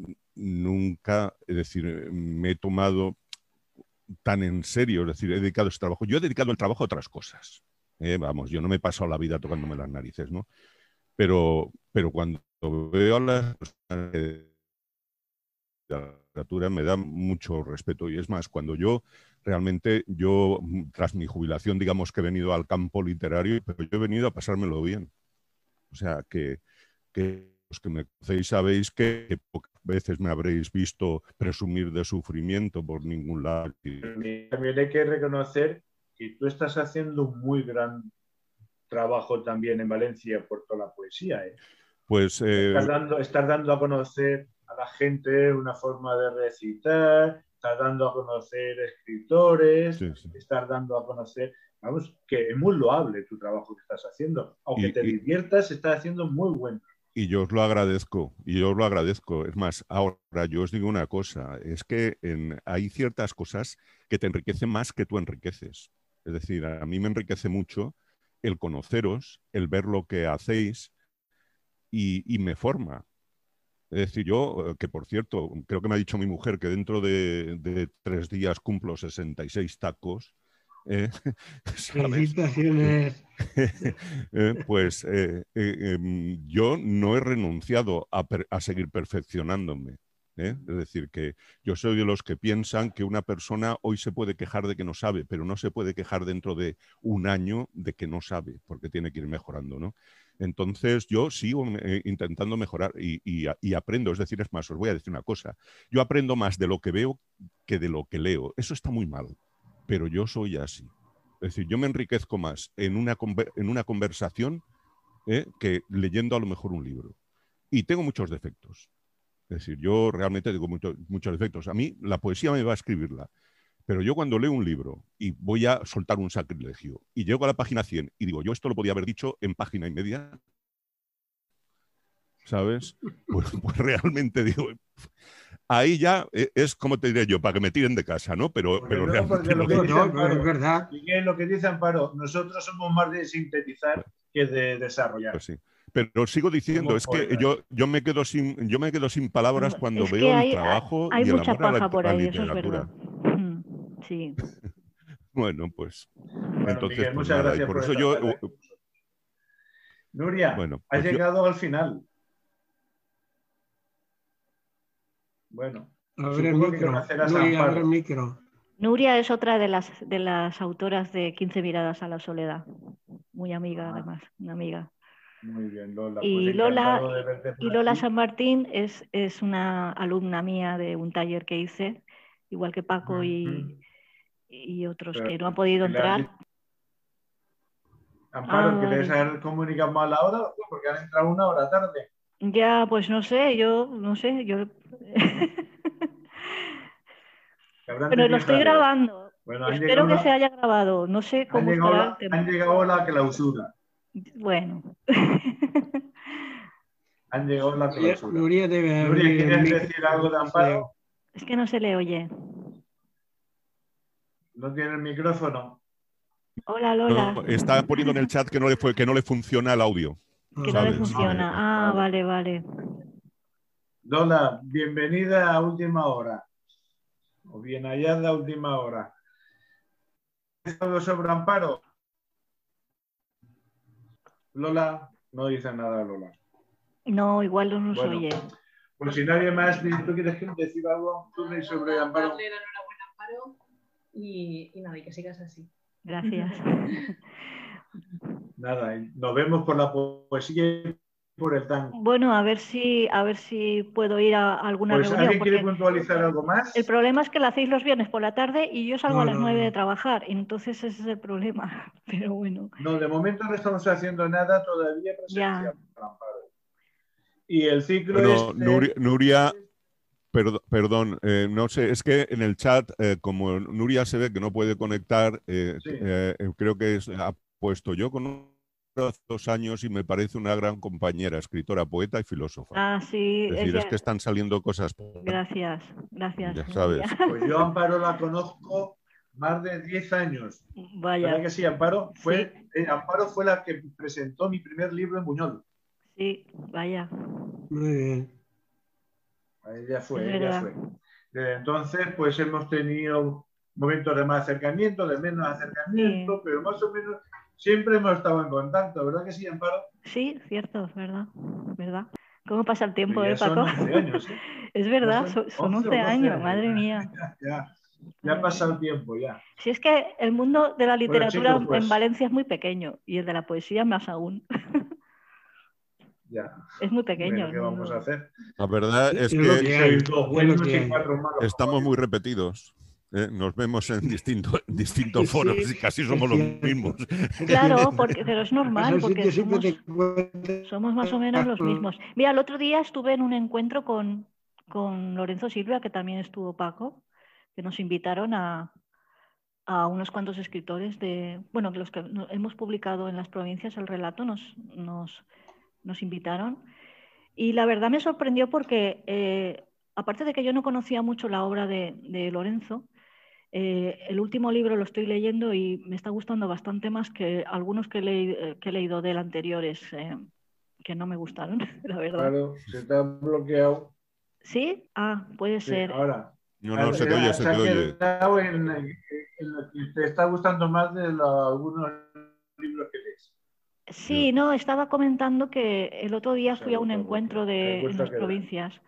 nunca, es decir, me he tomado tan en serio, es decir, he dedicado ese trabajo. Yo he dedicado el trabajo a otras cosas. Eh, vamos, yo no me he pasado la vida tocándome las narices, ¿no? Pero, pero cuando veo a las personas de la literatura me da mucho respeto. Y es más, cuando yo realmente, yo tras mi jubilación, digamos que he venido al campo literario, pero yo he venido a pasármelo bien. O sea, que, que los que me conocéis sabéis que pocas veces me habréis visto presumir de sufrimiento por ningún lado. También hay que reconocer que tú estás haciendo un muy gran trabajo también en Valencia por toda la poesía. ¿eh? Pues eh, estás, dando, estás dando a conocer a la gente una forma de recitar, estás dando a conocer escritores, sí, sí. estás dando a conocer, vamos, que es muy loable tu trabajo que estás haciendo. Aunque y, te diviertas, estás haciendo muy bueno. Y yo os lo agradezco, y yo os lo agradezco. Es más, ahora yo os digo una cosa, es que en, hay ciertas cosas que te enriquecen más que tú enriqueces. Es decir, a mí me enriquece mucho el conoceros, el ver lo que hacéis y, y me forma. Es decir, yo, que por cierto, creo que me ha dicho mi mujer que dentro de, de tres días cumplo sesenta y seis tacos. Eh, Felicitaciones. eh, pues eh, eh, eh, yo no he renunciado a, per, a seguir perfeccionándome. ¿eh? Es decir, que yo soy de los que piensan que una persona hoy se puede quejar de que no sabe, pero no se puede quejar dentro de un año de que no sabe, porque tiene que ir mejorando, ¿no? Entonces yo sigo eh, intentando mejorar y, y, y aprendo. Es decir, es más, os voy a decir una cosa. Yo aprendo más de lo que veo que de lo que leo. Eso está muy mal, pero yo soy así. Es decir, yo me enriquezco más en una, en una conversación eh, que leyendo a lo mejor un libro. Y tengo muchos defectos. Es decir, yo realmente tengo mucho, muchos defectos. A mí la poesía me va a escribirla. Pero yo cuando leo un libro y voy a soltar un sacrilegio y llego a la página cien y digo, yo esto lo podía haber dicho en página y media, ¿sabes? Pues, pues realmente digo, ahí ya es como te diré yo, para que me tiren de casa, ¿no? Pero, pero no, realmente lo que no, dice no, Amparo, es verdad. Y es lo que dice Amparo, nosotros somos más de sintetizar que de desarrollar. Pues sí. Pero sigo diciendo, somos es poetas. que yo, yo, me quedo sin, yo me quedo sin palabras cuando es veo hay, el trabajo hay y el mucha amor paja a la, por a ahí, literatura. Eso es verdad. Sí. Bueno, pues bueno, entonces Miguel, pues muchas nada, gracias y por, por eso yo... tarde. Nuria, bueno, has pues llegado yo... al final. Bueno, abre supongo el que micro. conocerás Nuria, a Amparo. abre el micro. Nuria es otra de las, de las autoras de quince miradas a la soledad. Muy amiga, Ah, además, una amiga. Muy bien, Lola. Y pues Lola, de verte por y Lola aquí. San Martín es, es una alumna mía de un taller que hice, igual que Paco y, y otros Pero, que no han podido entrar. Amparo, ah, ¿quieres vale. comunicar más la hora? Porque han entrado una hora tarde. Ya, pues no sé, yo no sé, yo... Pero lo estoy grabando. Bueno, Espero que la... se haya grabado. No sé cómo estará la... el tema. Han llegado la clausura. Bueno. Han llegado la clausura. Nuria, debe Nuria, abrir ¿quieres el decir algo de Amparo? Es que no se le oye. ¿No tiene el micrófono? Hola, Lola. No, está poniendo en el chat que no le, fue, que no le funciona el audio. Que ¿sabes? no le funciona. Ah, vale, vale. Lola, bienvenida a Última Hora. O bien hallada a Última Hora. ¿Algo sobre Amparo? Lola, no dice nada, Lola. No, igual no nos bueno, oye. Pues si nadie más, ¿tú quieres decir algo sobre Amparo? Darle la enhorabuena a Amparo y, y nada, y que sigas así. Gracias. Nada, nos vemos por la poesía y por el tango. Bueno, a ver si, a ver si puedo ir a alguna pues, reunión. ¿Alguien quiere puntualizar algo más? El problema es que la hacéis los viernes por la tarde y yo salgo no, a las no, nueve no. de trabajar. Entonces ese es el problema. Pero bueno. No, de momento no estamos haciendo nada todavía presencial. Ya. Y el ciclo bueno, este... Nuria, Nuria perdón, perdón eh, no sé, es que en el chat, eh, como Nuria se ve que no puede conectar, eh, sí. eh, creo que es, ha puesto yo con dos años y me parece una gran compañera, escritora, poeta y filósofa. Ah, sí. Es decir, ella... es que están saliendo cosas. Gracias, gracias. Ya sabes. Pues yo Amparo la conozco más de diez años. Vaya. ¿Verdad que sí, Amparo? Fue, Sí. eh, Amparo fue la que presentó mi primer libro en Buñol. Sí, vaya. Muy bien. Ahí ya Es fue, ya verdad. fue. Desde entonces, pues hemos tenido momentos de más acercamiento, de menos acercamiento, Sí. pero más o menos siempre hemos estado en contacto, ¿verdad que sí, Amparo? Sí, cierto, es verdad. ¿Verdad? ¿Cómo pasa el tiempo, Pues eh, ya son Paco? once años, ¿eh? Es Ya verdad, son son, son once once o doce años, años. madre mía. Ya, ya, ya ha pasado el tiempo, ya. Si es que el mundo de la Bueno, literatura chicos, pues en Valencia es muy pequeño y el de la poesía más aún. ya. Es muy pequeño Bueno, el ¿qué vamos a mundo. hacer? La verdad Es es lo que Si que hay. sois dos Es lo buenos que y hay. cuatro malos. estamos muy repetidos. ¿eh? Nos vemos en distinto- en distintos Sí, foros y casi es somos los cierto. mismos. Es Claro, cierto. porque, pero es Vas normal, al porque sitio siempre somos, te encuentras somos más o menos los mismos. Mira, el otro día estuve en un encuentro con, con Lorenzo Silva, que también estuvo Paco, que nos invitaron a, a unos cuantos escritores de, bueno, que los que no- hemos publicado en las provincias el relato nos, nos, nos invitaron. Y la verdad me sorprendió porque, eh, aparte de que yo no conocía mucho la obra de, de Lorenzo, eh, el último libro lo estoy leyendo y me está gustando bastante más que algunos que, le, que he leído de él anteriores, eh, que no me gustaron, la verdad. Claro, se te ha bloqueado. ¿Sí? Ah, puede Sí, ser. ahora. No, no, se te oye, se Se te ha oye. quedado en, en lo que te está gustando más de los- algunos libros que lees. Sí, no, estaba comentando que el otro día Se ha fui a un vuelto a encuentro bloquear. Se ha de, en vuelto a las quedar. provincias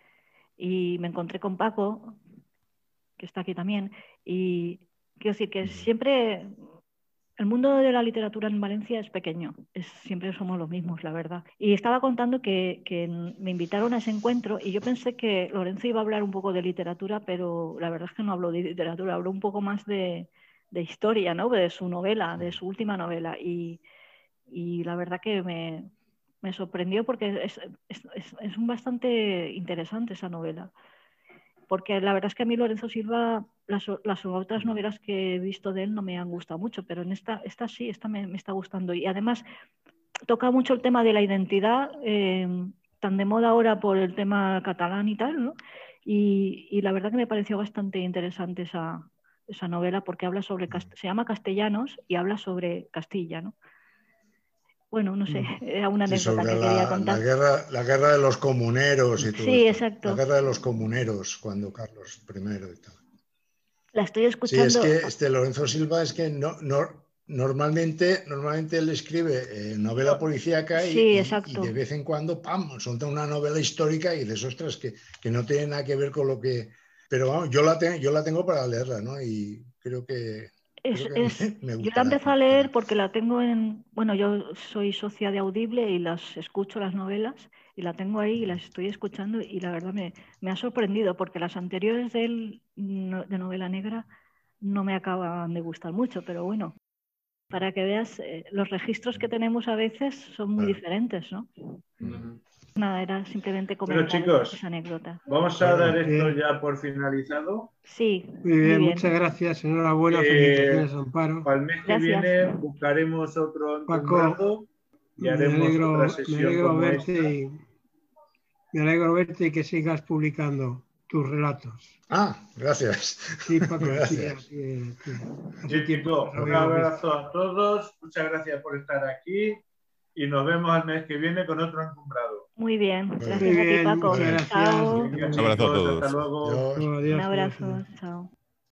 y me encontré con Paco, que está aquí también, y quiero decir que siempre el mundo de la literatura en Valencia es pequeño, es, siempre somos los mismos, la verdad. Y estaba contando que, que me invitaron a ese encuentro y yo pensé que Lorenzo iba a hablar un poco de literatura, pero la verdad es que no habló de literatura, habló un poco más de, de historia, ¿no? De su novela, de su última novela. Y, y la verdad que me, me sorprendió porque es, es, es, es un bastante interesante esa novela. Porque la verdad es que a mí Lorenzo Silva, las, las otras novelas que he visto de él no me han gustado mucho, pero en esta, esta sí, esta me, me está gustando. Y además toca mucho el tema de la identidad, eh, tan de moda ahora por el tema catalán y tal, ¿no? Y, y la verdad que me pareció bastante interesante esa, esa novela porque habla sobre, se llama Castellanos y habla sobre Castilla, ¿no? Bueno, no sé, era una Sí, anécdota sobre que quería la, contar. la guerra, la guerra de los comuneros y todo Sí, esto. exacto. La guerra de los comuneros, cuando Carlos primero y tal. La estoy Sí, es escuchando. que este Lorenzo Silva es que no, no, normalmente, normalmente él escribe eh, novela policíaca y, Sí, y- exacto. y de vez en cuando, ¡pam!, suelta una novela histórica y dices, ostras, que, que no tiene nada que ver con lo que... Pero vamos, yo la, te, yo la tengo para leerla, ¿no? Y creo que, Es, creo que es, me, me yo la gustará. empecé a leer porque la tengo en... Bueno, yo soy socia de Audible y las escucho las novelas y la tengo ahí y las estoy escuchando y la verdad me, me ha sorprendido porque las anteriores de él, no, de novela negra, no me acaban de gustar mucho, pero bueno, para que veas, eh, los registros que tenemos a veces son muy Claro. diferentes, ¿no? Ujú. Nada, era simplemente Bueno, comentar chicos, esa anécdota. vamos a Bueno, dar esto bien. ya por finalizado. Sí, Muy muy bien, bien. muchas gracias. Enhorabuena, Eh, felicitaciones, Amparo. Para el mes que Gracias. viene buscaremos otro Paco, encumbrado y me haremos otra alegro, me sesión alegro como verte esta. y me alegro verte y que sigas publicando tus relatos. Ah, gracias. Sí, Paco, sí, Gracias. hace, hace tiempo Chicos, que nos un habíamos visto. abrazo a todos. Muchas gracias por estar aquí y nos vemos el mes que viene con otro encumbrado. Muy bien. Muy Gracias Muy a ti, bien, Paco. muchas Bien. gracias. Chao. Venga, Un abrazo a chicos, hasta todos. luego. Adiós. Un Adiós, adiós, abrazo. adiós. Chao.